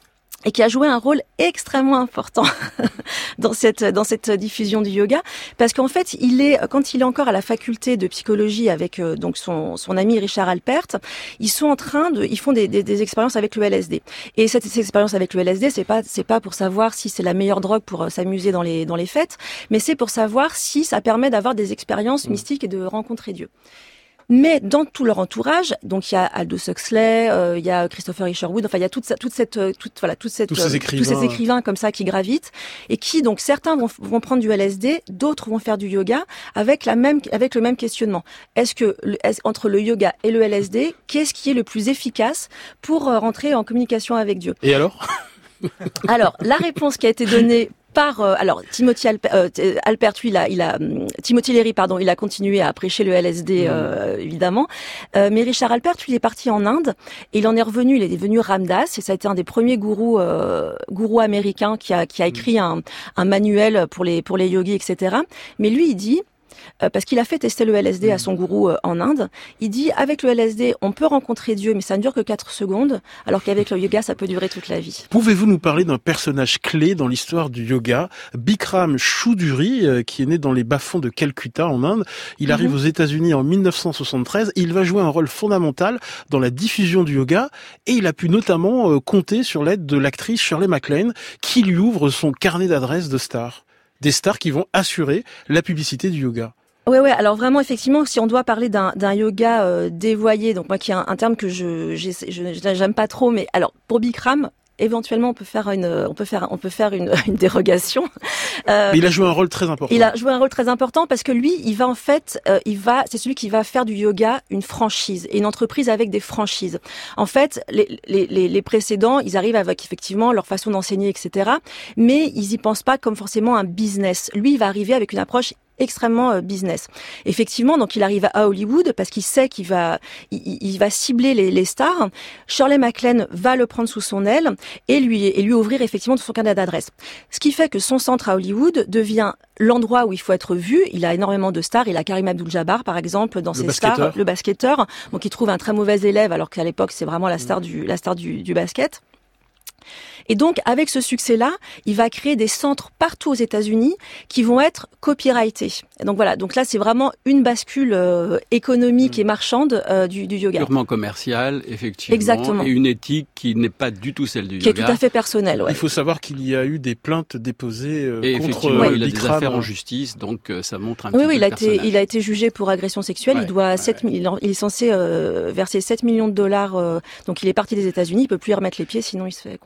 Et qui a joué un rôle extrêmement important dans cette dans cette diffusion du yoga, parce qu'en fait, il est quand il est encore à la faculté de psychologie avec euh, donc son son ami Richard Alpert, ils sont en train de ils font des des, des expériences avec le L S D. Et cette, cette expérience avec le L S D, c'est pas c'est pas pour savoir si c'est la meilleure drogue pour euh, s'amuser dans les dans les fêtes, mais c'est pour savoir si ça permet d'avoir des expériences mmh. mystiques et de rencontrer Dieu. Mais dans tout leur entourage, donc il y a Aldous Huxley, euh, il y a Christopher Isherwood, enfin il y a toute, toute cette, toute voilà, toute cette, tous ces écrivains, tous ces écrivains comme ça qui gravitent et qui donc certains vont, vont prendre du L S D, d'autres vont faire du yoga avec la même, avec le même questionnement. Est-ce que est-ce, entre le yoga et le L S D, qu'est-ce qui est le plus efficace pour rentrer en communication avec Dieu ? Et alors ? Alors la réponse qui a été donnée par euh, alors Timothy Alpert, euh, Alpert lui, il a, il a Timothy Leary pardon, il a continué à prêcher le L S D euh, mmh. évidemment, euh, mais Richard Alpert lui il est parti en Inde et il en est revenu, il est devenu Ramdas et ça a été un des premiers gourous euh, gourous américains qui a qui a écrit un, un manuel pour les pour les yogis et cetera. Mais lui il dit Euh, parce qu'il a fait tester le L S D à son gourou euh, en Inde. Il dit, avec le L S D, on peut rencontrer Dieu, mais ça ne dure que quatre secondes, alors qu'avec le yoga, ça peut durer toute la vie. Pouvez-vous nous parler d'un personnage clé dans l'histoire du yoga, Bikram Choudhury, euh, qui est né dans les bas-fonds de Calcutta, en Inde. Il arrive mm-hmm. aux États-Unis en mille neuf cent soixante-treize et il va jouer un rôle fondamental dans la diffusion du yoga et il a pu notamment euh, compter sur l'aide de l'actrice Shirley MacLaine qui lui ouvre son carnet d'adresses de stars. Des stars qui vont assurer la publicité du yoga. Ouais, ouais. Alors vraiment, effectivement, si on doit parler d'un, d'un yoga euh, dévoyé, donc moi qui est un, un terme que je, je, je j'aime pas trop, mais alors pour Bikram, éventuellement, on peut faire une, on peut faire, on peut faire une, une dérogation. Euh, mais il a joué un rôle très important. Il a joué un rôle très important parce que lui, il va en fait, euh, il va, c'est celui qui va faire du yoga une franchise et une entreprise avec des franchises. En fait, les, les, les, les précédents, ils arrivent avec effectivement leur façon d'enseigner, et cetera. Mais ils y pensent pas comme forcément un business. Lui, il va arriver avec une approche extrêmement euh, business. Effectivement, donc il arrive à Hollywood parce qu'il sait qu'il va, il, il va cibler les, les stars. Shirley MacLaine va le prendre sous son aile et lui et lui ouvrir effectivement son carnet d'adresses. Ce qui fait que son centre à Hollywood devient l'endroit où il faut être vu. Il a énormément de stars. Il a Karim Abdul-Jabbar par exemple dans le ses basketteur. stars, le basketteur. Donc il trouve un très mauvais élève alors qu'à l'époque c'est vraiment la star du la star du, du basket. Et donc, avec ce succès-là, il va créer des centres partout aux États-Unis qui vont être copyrightés. Et donc voilà. Donc là, c'est vraiment une bascule euh, économique mmh. et marchande euh, du, du yoga. Purement commercial, effectivement. Exactement. Et une éthique qui n'est pas du tout celle du qui yoga. Qui est tout à fait personnelle. Ouais. Il faut savoir qu'il y a eu des plaintes déposées euh, et contre effectivement, euh, il a Bikram. des affaires en justice, donc euh, ça montre un oui, petit oui, peu il a le été, personnage. il a été jugé pour agression sexuelle. Ouais, il doit ouais. sept, il est censé euh, verser sept millions de dollars. Euh, donc il est parti des États-Unis. Il peut plus y remettre les pieds, sinon il se fait condamner.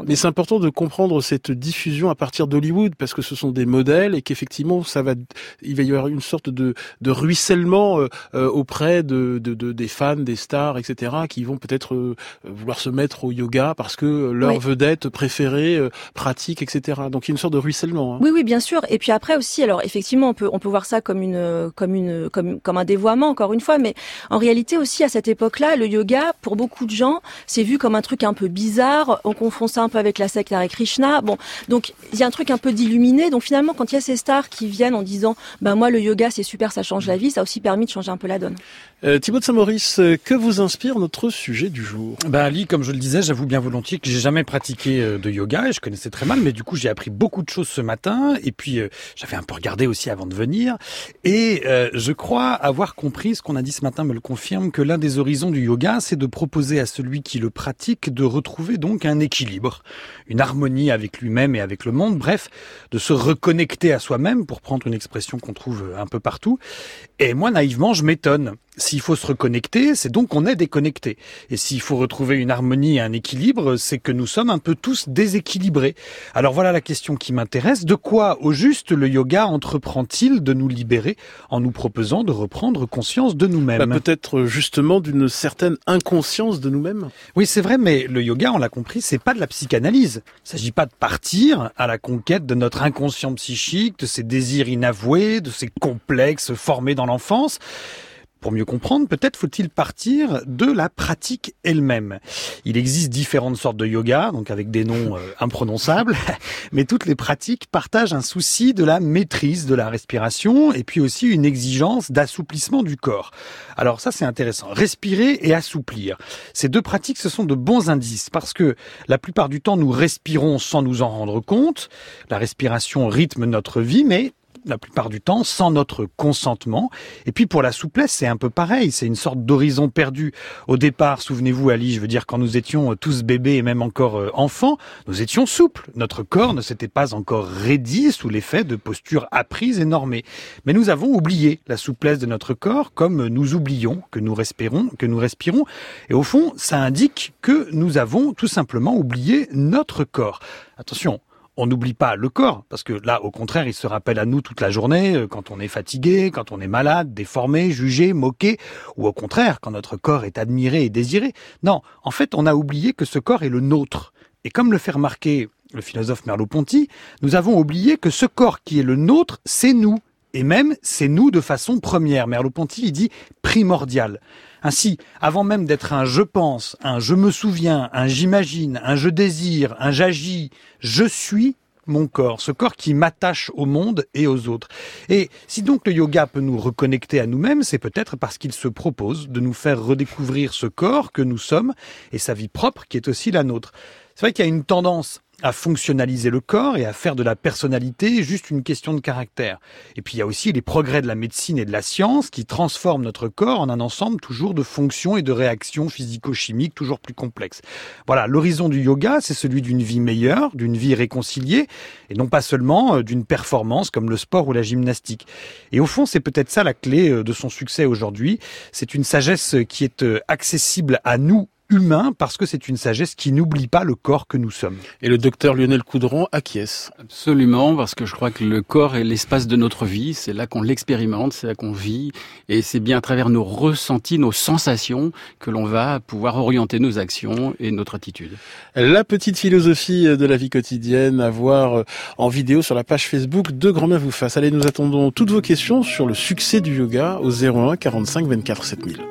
Mais c'est important de comprendre cette diffusion à partir d'Hollywood, parce que ce sont des modèles et qu'effectivement, ça va, il va y avoir une sorte de, de ruissellement euh, euh, auprès de, de, de, des fans, des stars, et cetera, qui vont peut-être euh, vouloir se mettre au yoga parce que leur oui. vedette préférée euh, pratique, et cetera. Donc il y a une sorte de ruissellement. Hein. Oui, oui, bien sûr. Et puis après aussi, alors effectivement, on peut on peut voir ça comme une comme une comme comme un dévoiement, encore une fois, mais en réalité aussi à cette époque-là, le yoga, pour beaucoup de gens, c'est vu comme un truc un peu bizarre. On confond ça un peu avec la secte Hare Krishna. Bon, donc il y a un truc un peu d'illuminé. Donc finalement, quand il y a ces stars qui viennent en disant, ben moi le yoga c'est super, ça change la vie, ça a aussi permis de changer un peu la donne. Euh, Thibaut de Saint-Maurice, que vous inspire notre sujet du jour? Ben Ali, comme je le disais, j'avoue bien volontiers que j'ai jamais pratiqué de yoga et je connaissais très mal, mais du coup j'ai appris beaucoup de choses ce matin et puis euh, j'avais un peu regardé aussi avant de venir et euh, je crois avoir compris, ce qu'on a dit ce matin me le confirme, que l'un des horizons du yoga c'est de proposer à celui qui le pratique de retrouver donc un équilibre, une harmonie avec lui-même et avec le monde, bref, de se reconnecter à soi-même, pour prendre une expression qu'on trouve un peu partout. Et moi naïvement je m'étonne. S'il faut se reconnecter, c'est donc qu'on est déconnecté. Et s'il faut retrouver une harmonie et un équilibre, c'est que nous sommes un peu tous déséquilibrés. Alors voilà la question qui m'intéresse. De quoi, au juste, le yoga entreprend-il de nous libérer en nous proposant de reprendre conscience de nous-mêmes? Bah, peut-être justement d'une certaine inconscience de nous-mêmes. Oui, c'est vrai, mais le yoga, on l'a compris, c'est pas de la psychanalyse. Il s'agit pas de partir à la conquête de notre inconscient psychique, de ses désirs inavoués, de ses complexes formés dans l'enfance. Pour mieux comprendre, peut-être faut-il partir de la pratique elle-même. Il existe différentes sortes de yoga, donc avec des noms euh, imprononçables, mais toutes les pratiques partagent un souci de la maîtrise de la respiration et puis aussi une exigence d'assouplissement du corps. Alors ça, c'est intéressant. Respirer et assouplir. Ces deux pratiques, ce sont de bons indices parce que la plupart du temps, nous respirons sans nous en rendre compte. La respiration rythme notre vie, mais la plupart du temps, sans notre consentement. Et puis pour la souplesse, c'est un peu pareil, c'est une sorte d'horizon perdu. Au départ, souvenez-vous Ali, je veux dire, quand nous étions tous bébés et même encore euh, enfants, nous étions souples. Notre corps ne s'était pas encore raidi sous l'effet de postures apprises et normées. Mais nous avons oublié la souplesse de notre corps, comme nous oublions que nous respirons, que nous respirons. Et au fond, ça indique que nous avons tout simplement oublié notre corps. Attention, on n'oublie pas le corps, parce que là, au contraire, il se rappelle à nous toute la journée, quand on est fatigué, quand on est malade, déformé, jugé, moqué, ou au contraire, quand notre corps est admiré et désiré. Non, en fait, on a oublié que ce corps est le nôtre. Et comme le fait remarquer le philosophe Merleau-Ponty, nous avons oublié que ce corps qui est le nôtre, c'est nous. Et même, c'est nous de façon première. Merleau-Ponty, il dit primordial. Ainsi, avant même d'être un « je pense », un « je me souviens », un « j'imagine », un « je désire », un « j'agis », je suis mon corps, ce corps qui m'attache au monde et aux autres. Et si donc le yoga peut nous reconnecter à nous-mêmes, c'est peut-être parce qu'il se propose de nous faire redécouvrir ce corps que nous sommes et sa vie propre qui est aussi la nôtre. C'est vrai qu'il y a une tendance à fonctionnaliser le corps et à faire de la personnalité juste une question de caractère. Et puis il y a aussi les progrès de la médecine et de la science qui transforment notre corps en un ensemble toujours de fonctions et de réactions physico-chimiques toujours plus complexes. Voilà, l'horizon du yoga, c'est celui d'une vie meilleure, d'une vie réconciliée, et non pas seulement d'une performance comme le sport ou la gymnastique. Et au fond, c'est peut-être ça la clé de son succès aujourd'hui. C'est une sagesse qui est accessible à nous, humain, parce que c'est une sagesse qui n'oublie pas le corps que nous sommes. Et le docteur Lionel Coudron acquiesce. Absolument, parce que je crois que le corps est l'espace de notre vie, c'est là qu'on l'expérimente, c'est là qu'on vit, et c'est bien à travers nos ressentis, nos sensations, que l'on va pouvoir orienter nos actions et notre attitude. La petite philosophie de la vie quotidienne à voir en vidéo sur la page Facebook de Grand Bien vous fasse. Allez, nous attendons toutes vos questions sur le succès du yoga au zéro un quarante-cinq vingt-quatre sept mille.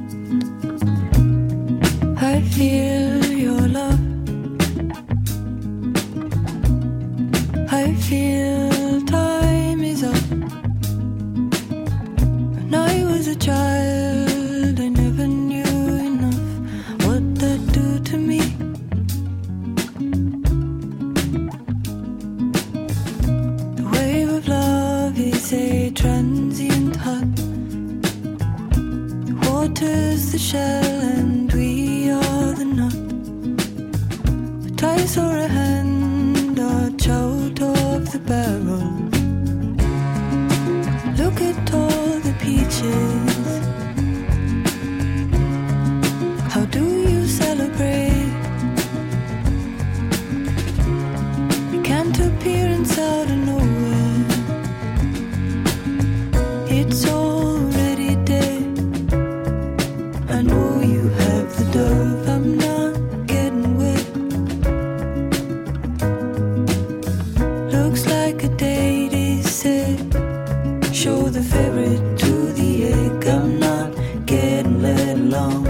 I feel your love. I feel time is up. When I was a child, I never knew enough what that do to me. The wave of love is a transient hug. The water's the shell and we the knot, but I saw a hand arch out of the barrel. Look at all the peaches. How do you celebrate? you have the dove. I'm not getting wet. Looks like a date is set. Show the ferret to the egg. I'm not getting let along.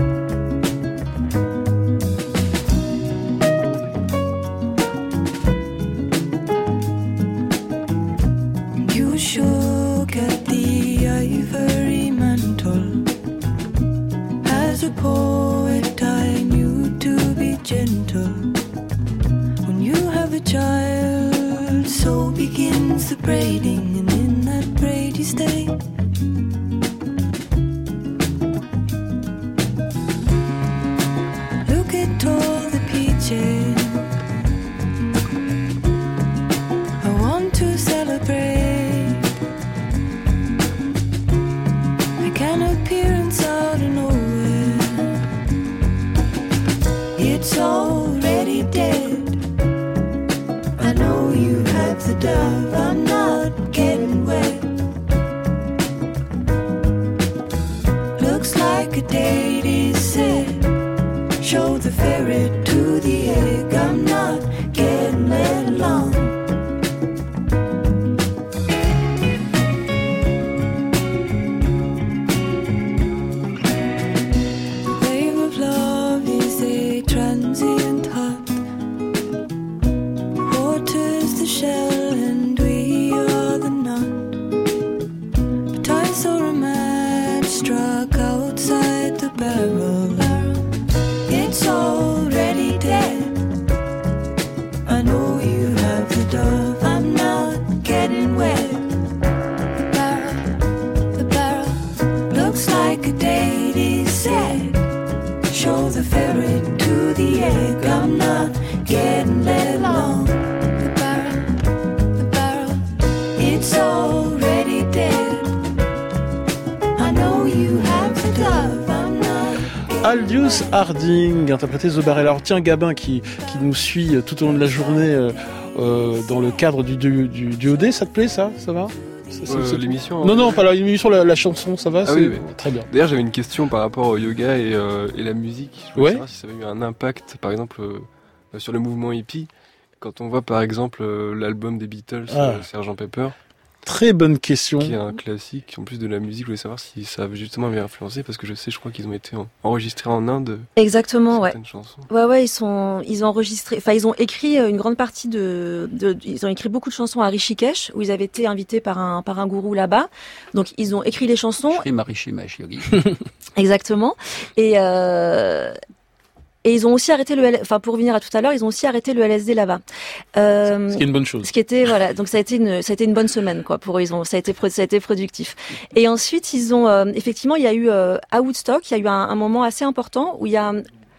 You sure got the ivory mantle. As a poet I knew to be gentle. When you have a child, so begins the braiding, and in that braid you stay. Look at all the peaches I want to celebrate. Like an appearance out of nowhere. It's already dead. I know you have the dove. I'm not getting wet. Looks like a date is set. Show the ferret to the egg. I'm not getting let along. The wave of love is a transient hut. Water's the shell and we are the nut. But I saw a match struck outside the barrel. It's already dead. I know you have the dove. I'm not getting wet. The barrel, the barrel looks like a date is set. Show the ferret to the egg. I'm not getting let along. The barrel, the barrel, it's already dead. I know you have the dove. I'm not. Aldous Harding, interprété The Barrel. Alors tiens, Gabin qui, qui nous suit tout au long de la journée euh, euh, dans le cadre du, du, du, du O D, ça te plaît ça Ça va ça, euh, c'est... L'émission Non, non, pas la, l'émission, la, la chanson, ça va ah c'est... oui, oui. Très bien. D'ailleurs, j'avais une question par rapport au yoga et, euh, et la musique. Je voulais ouais. savoir si ça avait eu un impact, par exemple, euh, sur le mouvement hippie. Quand on voit, par exemple, euh, l'album des Beatles, ah. euh, sergent Pepper. Très bonne question. Qui est un classique. En plus de la musique, je voulais savoir si ça avait justement avait influencé, parce que je sais, je crois qu'ils ont été en, enregistrés en Inde. Exactement, ouais. Chansons. Ouais, ouais, ils sont, ils ont enregistré, enfin, ils ont écrit une grande partie de, de, ils ont écrit beaucoup de chansons à Rishikesh, où ils avaient été invités par un, par un gourou là-bas. Donc, ils ont écrit les chansons. Shri Maharishi Mahesh Yogi. Exactement. Et, euh, Et ils ont aussi arrêté le, L... enfin pour revenir à tout à l'heure, ils ont aussi arrêté le L S D là-bas. Euh, ce qui est une bonne chose. Ce qui était voilà, donc ça a été une, ça a été une bonne semaine quoi. Pour eux, ils ont, ça a été, ça a été productif. Et ensuite ils ont, euh, effectivement, il y a eu euh, à Woodstock, il y a eu un, un moment assez important où il y a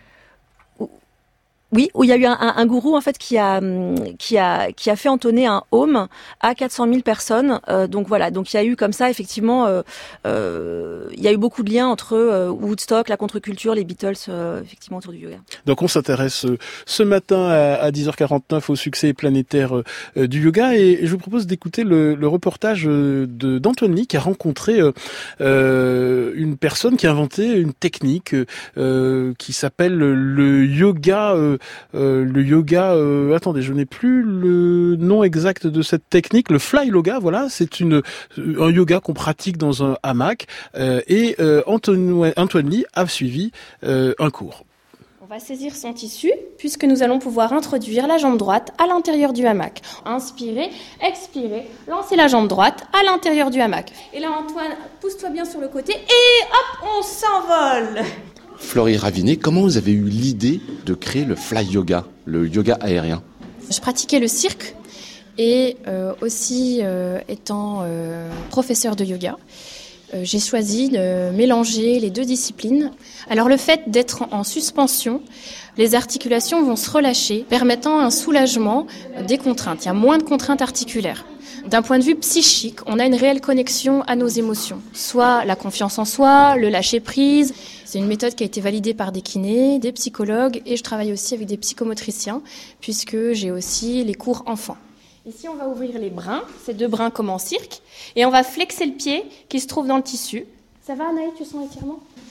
Oui, où il y a eu un, un, un gourou en fait qui a qui a qui a fait entonner un home à quatre cent mille personnes. Euh, donc voilà, donc il y a eu comme ça effectivement, euh, euh, il y a eu beaucoup de liens entre euh, Woodstock, la contre-culture, les Beatles, euh, effectivement autour du yoga. Donc on s'intéresse euh, ce matin à, à dix heures quarante-neuf au succès planétaire euh, du yoga et, et je vous propose d'écouter le, le reportage de d'Antoine Lee qui a rencontré euh, euh, une personne qui a inventé une technique euh, qui s'appelle le yoga. Euh, Euh, le yoga, euh, attendez, je n'ai plus le nom exact de cette technique, le fly yoga, voilà, c'est une un yoga qu'on pratique dans un hamac euh, et euh, Antoine, Antoine Lee a suivi euh, un cours. On va saisir son tissu puisque nous allons pouvoir introduire la jambe droite à l'intérieur du hamac. Inspirez, expirez, lancez la jambe droite à l'intérieur du hamac. Et là Antoine, pousse-toi bien sur le côté et hop, on s'envole. Florie Ravinet, comment vous avez eu l'idée de créer le fly yoga, le yoga aérien ? Je pratiquais le cirque et euh, aussi euh, étant euh, professeur de yoga, euh, j'ai choisi de mélanger les deux disciplines. Alors le fait d'être en suspension, les articulations vont se relâcher, permettant un soulagement des contraintes. Il y a moins de contraintes articulaires. D'un point de vue psychique, on a une réelle connexion à nos émotions. Soit la confiance en soi, le lâcher-prise. C'est une méthode qui a été validée par des kinés, des psychologues et je travaille aussi avec des psychomotriciens puisque j'ai aussi les cours enfants. Ici, on va ouvrir les brins, ces deux brins comme en cirque, et on va flexer le pied qui se trouve dans le tissu. Ça va, Anaïs, tu sens l'étirement ?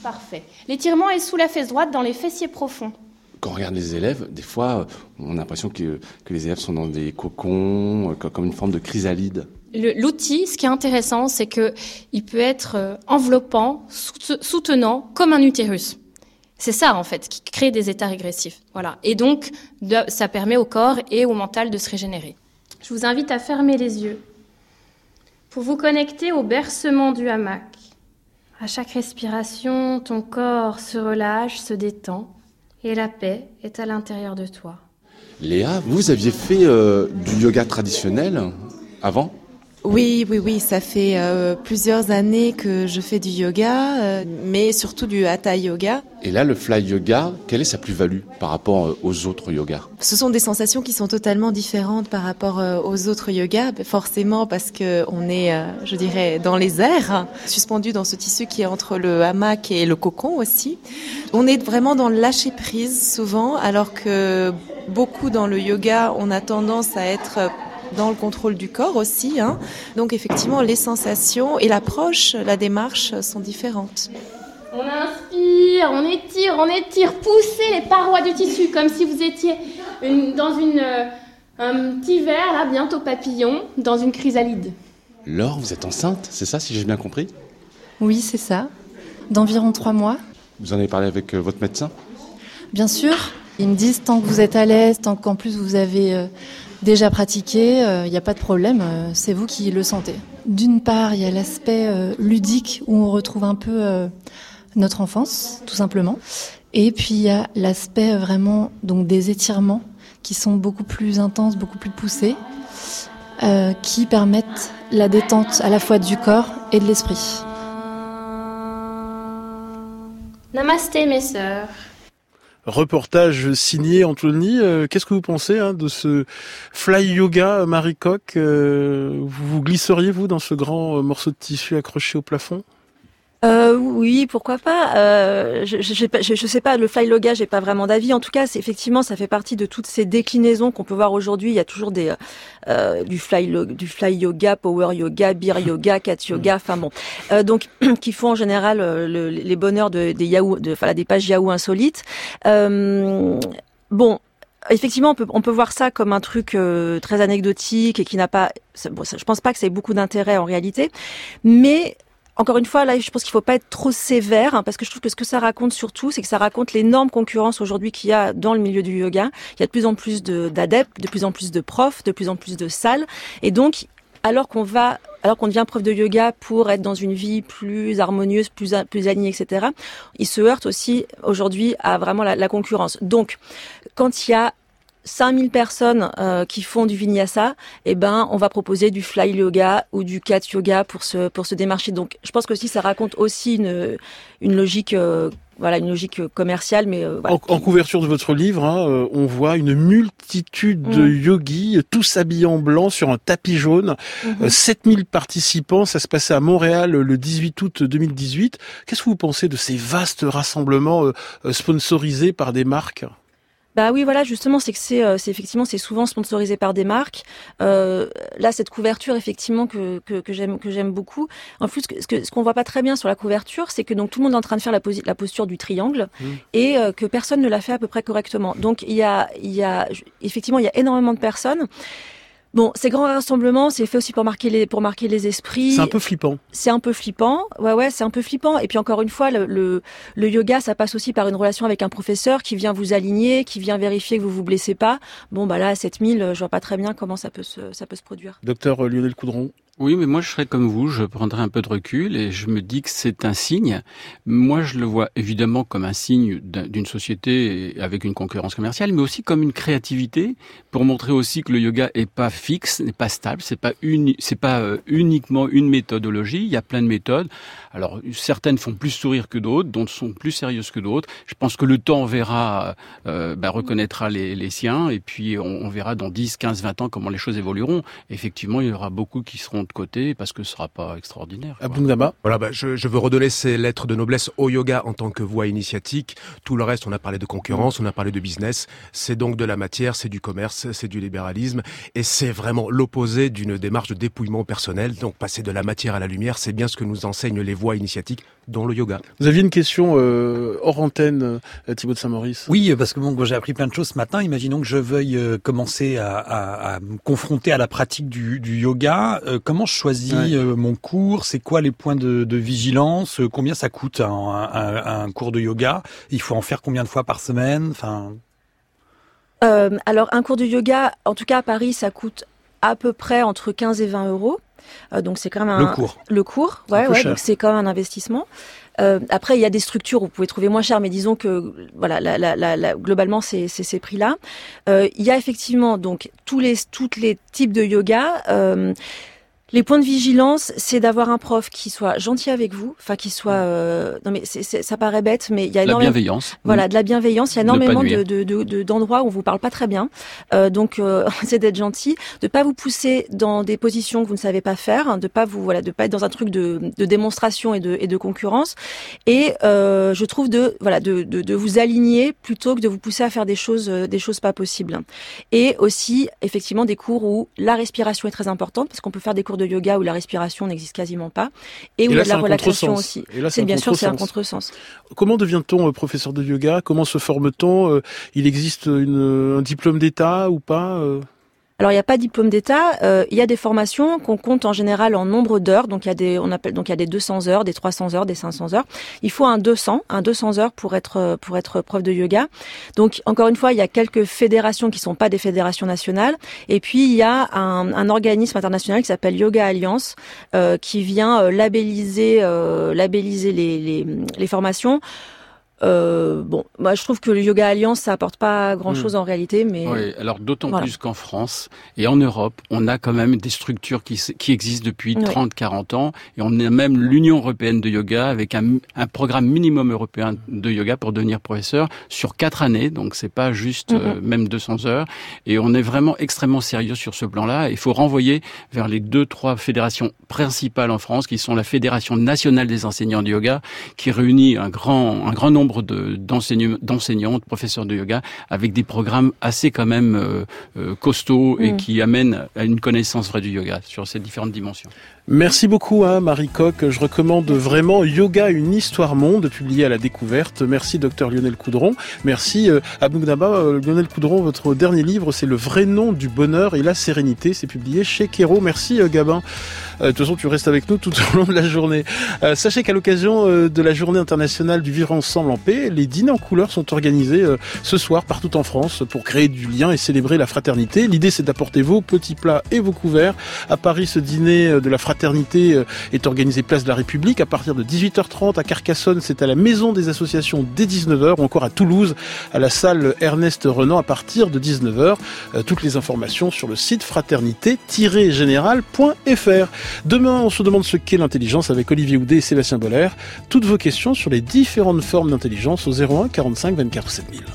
Parfait. L'étirement est sous la fesse droite, dans les fessiers profonds. Quand on regarde les élèves, des fois, on a l'impression que, que les élèves sont dans des cocons, comme une forme de chrysalide. Le, l'outil, ce qui est intéressant, c'est que il peut être enveloppant, soutenant, comme un utérus. C'est ça, en fait, qui crée des états régressifs. Voilà. Et donc, de, ça permet au corps et au mental de se régénérer. Je vous invite à fermer les yeux pour vous connecter au bercement du hamac. À chaque respiration, ton corps se relâche, se détend, et la paix est à l'intérieur de toi. Léa, vous aviez fait euh, du yoga traditionnel avant ? Oui, oui, oui, ça fait euh, plusieurs années que je fais du yoga, euh, mais surtout du hatha yoga. Et là, le fly yoga, quelle est sa plus-value par rapport aux autres yogas ? Ce sont des sensations qui sont totalement différentes par rapport euh, aux autres yogas, forcément parce que on est, euh, je dirais, dans les airs, suspendu dans ce tissu qui est entre le hamac et le cocon aussi. On est vraiment dans le lâcher prise souvent, alors que beaucoup dans le yoga, on a tendance à être dans le contrôle du corps aussi, hein. Donc effectivement, les sensations et l'approche, la démarche sont différentes. On inspire, on étire, on étire, poussez les parois du tissu comme si vous étiez une, dans une, euh, un petit verre, là, bientôt papillon, dans une chrysalide. Laure, vous êtes enceinte, c'est ça, si j'ai bien compris ? Oui, c'est ça, d'environ trois mois. Vous en avez parlé avec euh, votre médecin ? Bien sûr, ils me disent tant que vous êtes à l'aise, tant qu'en plus vous avez... Euh, déjà pratiqué, il euh, n'y a pas de problème, euh, c'est vous qui le sentez. D'une part, il y a l'aspect euh, ludique où on retrouve un peu euh, notre enfance, tout simplement. Et puis il y a l'aspect vraiment donc des étirements qui sont beaucoup plus intenses, beaucoup plus poussés, euh, qui permettent la détente à la fois du corps et de l'esprit. Namasté mes sœurs. Reportage signé Anthony. Euh, qu'est-ce que vous pensez hein, de ce fly yoga Marie Coq euh, Vous vous glisseriez, vous, dans ce grand euh, morceau de tissu accroché au plafond ? Euh, oui, pourquoi pas. Euh, je, je, je, je sais pas, le fly yoga, j'ai pas vraiment d'avis. En tout cas, c'est effectivement, ça fait partie de toutes ces déclinaisons qu'on peut voir aujourd'hui. Il y a toujours des euh, du fly du fly yoga, power yoga, beer yoga, cat yoga. Enfin bon, euh, donc qui font en général euh, le, les bonheurs de, des Yahoo, de, enfin des pages Yahoo insolites. Euh, bon. Effectivement, on peut, on peut voir ça comme un truc euh, très anecdotique et qui n'a pas. Bon, ça, je pense pas que ça ait beaucoup d'intérêt en réalité, mais encore une fois, là, je pense qu'il faut pas être trop sévère, hein, parce que je trouve que ce que ça raconte surtout, c'est que ça raconte l'énorme concurrence aujourd'hui qu'il y a dans le milieu du yoga. Il y a de plus en plus de, d'adeptes, de plus en plus de profs, de plus en plus de salles, et donc, alors qu'on va, alors qu'on devient prof de yoga pour être dans une vie plus harmonieuse, plus plus alignée, et cetera, il se heurte aussi aujourd'hui à vraiment la, la concurrence. Donc, quand il y a cinq mille personnes euh, qui font du vinyasa, eh ben on va proposer du fly yoga ou du cat yoga pour se pour se démarcher. Donc je pense que aussi ça raconte aussi une une logique euh, voilà une logique commerciale, mais euh, voilà. en, en couverture de votre livre, hein, euh, on voit une multitude de mmh. yogis tous habillés en blanc sur un tapis jaune. Mmh. Euh, sept mille participants, ça se passait à Montréal le dix-huit août deux mille dix-huit. Qu'est-ce que vous pensez de ces vastes rassemblements euh, sponsorisés par des marques ? Bah oui, voilà, justement, c'est que c'est, euh, c'est effectivement, c'est souvent sponsorisé par des marques. Euh, là, cette couverture, effectivement, que que, que j'aime, que j'aime beaucoup. En plus, ce que ce qu'on voit pas très bien sur la couverture, c'est que donc tout le monde est en train de faire la, posi- la posture du triangle mmh. et euh, que personne ne l'a fait à peu près correctement. Donc il y a, il y a, effectivement, il y a énormément de personnes. Bon, ces grands rassemblements, c'est fait aussi pour marquer les pour marquer les esprits. C'est un peu flippant. C'est un peu flippant. Ouais, ouais, c'est un peu flippant. Et puis encore une fois, le, le le yoga, ça passe aussi par une relation avec un professeur qui vient vous aligner, qui vient vérifier que vous vous blessez pas. Bon, bah là, à sept mille, je vois pas très bien comment ça peut se ça peut se produire. Docteur Lionel Coudron. Oui, mais moi je serais comme vous, je prendrais un peu de recul et je me dis que c'est un signe. Moi je le vois évidemment comme un signe d'une société avec une concurrence commerciale, mais aussi comme une créativité pour montrer aussi que le yoga est pas fixe, n'est pas stable, c'est pas uni, c'est pas euh, uniquement une méthodologie, il y a plein de méthodes. Alors certaines font plus sourire que d'autres, d'autres sont plus sérieuses que d'autres. Je pense que le temps verra, euh, bah, reconnaîtra les, les siens et puis on, on verra dans dix, quinze, vingt ans comment les choses évolueront. Effectivement, il y aura beaucoup qui seront de côté parce que ce sera pas extraordinaire. Abdou-Gnaba. Voilà, bah, je, je veux redonner ces lettres de noblesse au yoga en tant que voie initiatique. Tout le reste, on a parlé de concurrence, on a parlé de business. C'est donc de la matière, c'est du commerce, c'est du libéralisme. Et c'est vraiment l'opposé d'une démarche de dépouillement personnel. Donc passer de la matière à la lumière, c'est bien ce que nous enseignent les voies initiatiques, dont le yoga. Vous aviez une question euh, hors antenne, euh, Thibaut de Saint-Maurice? Oui, parce que bon, j'ai appris plein de choses ce matin. Imaginons que je veuille euh, commencer à, à, à me confronter à la pratique du, du yoga. Euh, comment je choisis ouais. euh, mon cours? C'est quoi les points de, de vigilance? euh, Combien ça coûte un, un, un cours de yoga? Il faut en faire combien de fois par semaine? Enfin. Euh, alors, un cours de yoga, en tout cas à Paris, ça coûte à peu près entre quinze et vingt euros. Euh, donc c'est quand même un le cours. Le cours, ouais, ouais. Donc c'est quand même un investissement. Euh, après, il y a des structures où vous pouvez trouver moins cher, mais disons que voilà, la, la, la, la, globalement, c'est, c'est ces prix-là. Euh, il y a effectivement donc tous les toutes les types de yoga. Euh, Les points de vigilance, c'est d'avoir un prof qui soit gentil avec vous, enfin qui soit, euh, non mais c'est, c'est, ça paraît bête, mais il y a énormément, la bienveillance. Voilà, de la bienveillance. Il y a énormément de, de, de, de d'endroits où on vous parle pas très bien, euh, donc euh, c'est d'être gentil, de pas vous pousser dans des positions que vous ne savez pas faire, de pas vous, voilà, de pas être dans un truc de, de démonstration et de, et de concurrence. Et euh, je trouve de, voilà, de, de, de vous aligner plutôt que de vous pousser à faire des choses, des choses pas possibles. Et aussi, effectivement, des cours où la respiration est très importante, parce qu'on peut faire des cours de yoga où la respiration n'existe quasiment pas et où il y a de la relaxation aussi. Et là, c'est, c'est bien sûr, c'est un contresens. contresens. Comment devient-on euh, professeur de yoga? Comment se forme-t-on? euh, Il existe une, un diplôme d'État ou pas? euh Alors il n'y a pas de diplôme d'État, euh, il y a des formations qu'on compte en général en nombre d'heures, donc il y a des on appelle donc il y a des deux cents heures, des trois cents heures, des cinq cents heures. Il faut un deux cents, un deux cents heures pour être pour être prof de yoga. Donc encore une fois, il y a quelques fédérations qui sont pas des fédérations nationales et puis il y a un, un organisme international qui s'appelle Yoga Alliance euh, qui vient euh, labelliser euh, labelliser les les, les formations. Euh, bon, moi je trouve que le Yoga Alliance ça apporte pas grand-chose mmh. en réalité, mais oui. Alors d'autant voilà. plus qu'en France et en Europe, on a quand même des structures qui qui existent depuis oui. trente quarante ans et on a même l'Union européenne de yoga avec un, un programme minimum européen de yoga pour devenir professeur sur quatre années. Donc c'est pas juste mmh. euh, même deux cents heures et on est vraiment extrêmement sérieux sur ce plan-là. Il faut renvoyer vers les deux trois fédérations principales en France qui sont la Fédération nationale des enseignants de yoga qui réunit un grand un grand nombre De, d'enseignants, d'enseignants, de professeurs de yoga, avec des programmes assez quand même euh, euh, costauds mmh. et qui amènent à une connaissance vraie du yoga sur ces différentes dimensions. Merci beaucoup, hein, Marie Coq. Je recommande vraiment Yoga, une histoire monde, publié à La Découverte. Merci, docteur Lionel Coudron. Merci, euh, Abdou-Gnaba. Euh, Lionel Coudron, votre dernier livre, c'est Le vrai nom du bonheur et la sérénité. C'est publié chez Kéro. Merci, euh, Gabin. Euh, de toute façon, tu restes avec nous tout au long de la journée. Euh, sachez qu'à l'occasion euh, de la Journée internationale du vivre ensemble en paix, les dîners en couleur sont organisés euh, ce soir partout en France pour créer du lien et célébrer la fraternité. L'idée, c'est d'apporter vos petits plats et vos couverts. À Paris, ce dîner de la fraternité est organisé place de la République à partir de dix-huit heures trente. À Carcassonne, c'est à la Maison des Associations dès dix-neuf heures, ou encore à Toulouse, à la salle Ernest Renan à partir de dix-neuf heures. Euh, toutes les informations sur le site fraternité tiret général point f r. Demain, on se demande ce qu'est l'intelligence avec Olivier Houdet et Sébastien Boller. Toutes vos questions sur les différentes formes d'intelligence au zéro un quarante-cinq vingt-quatre sept mille.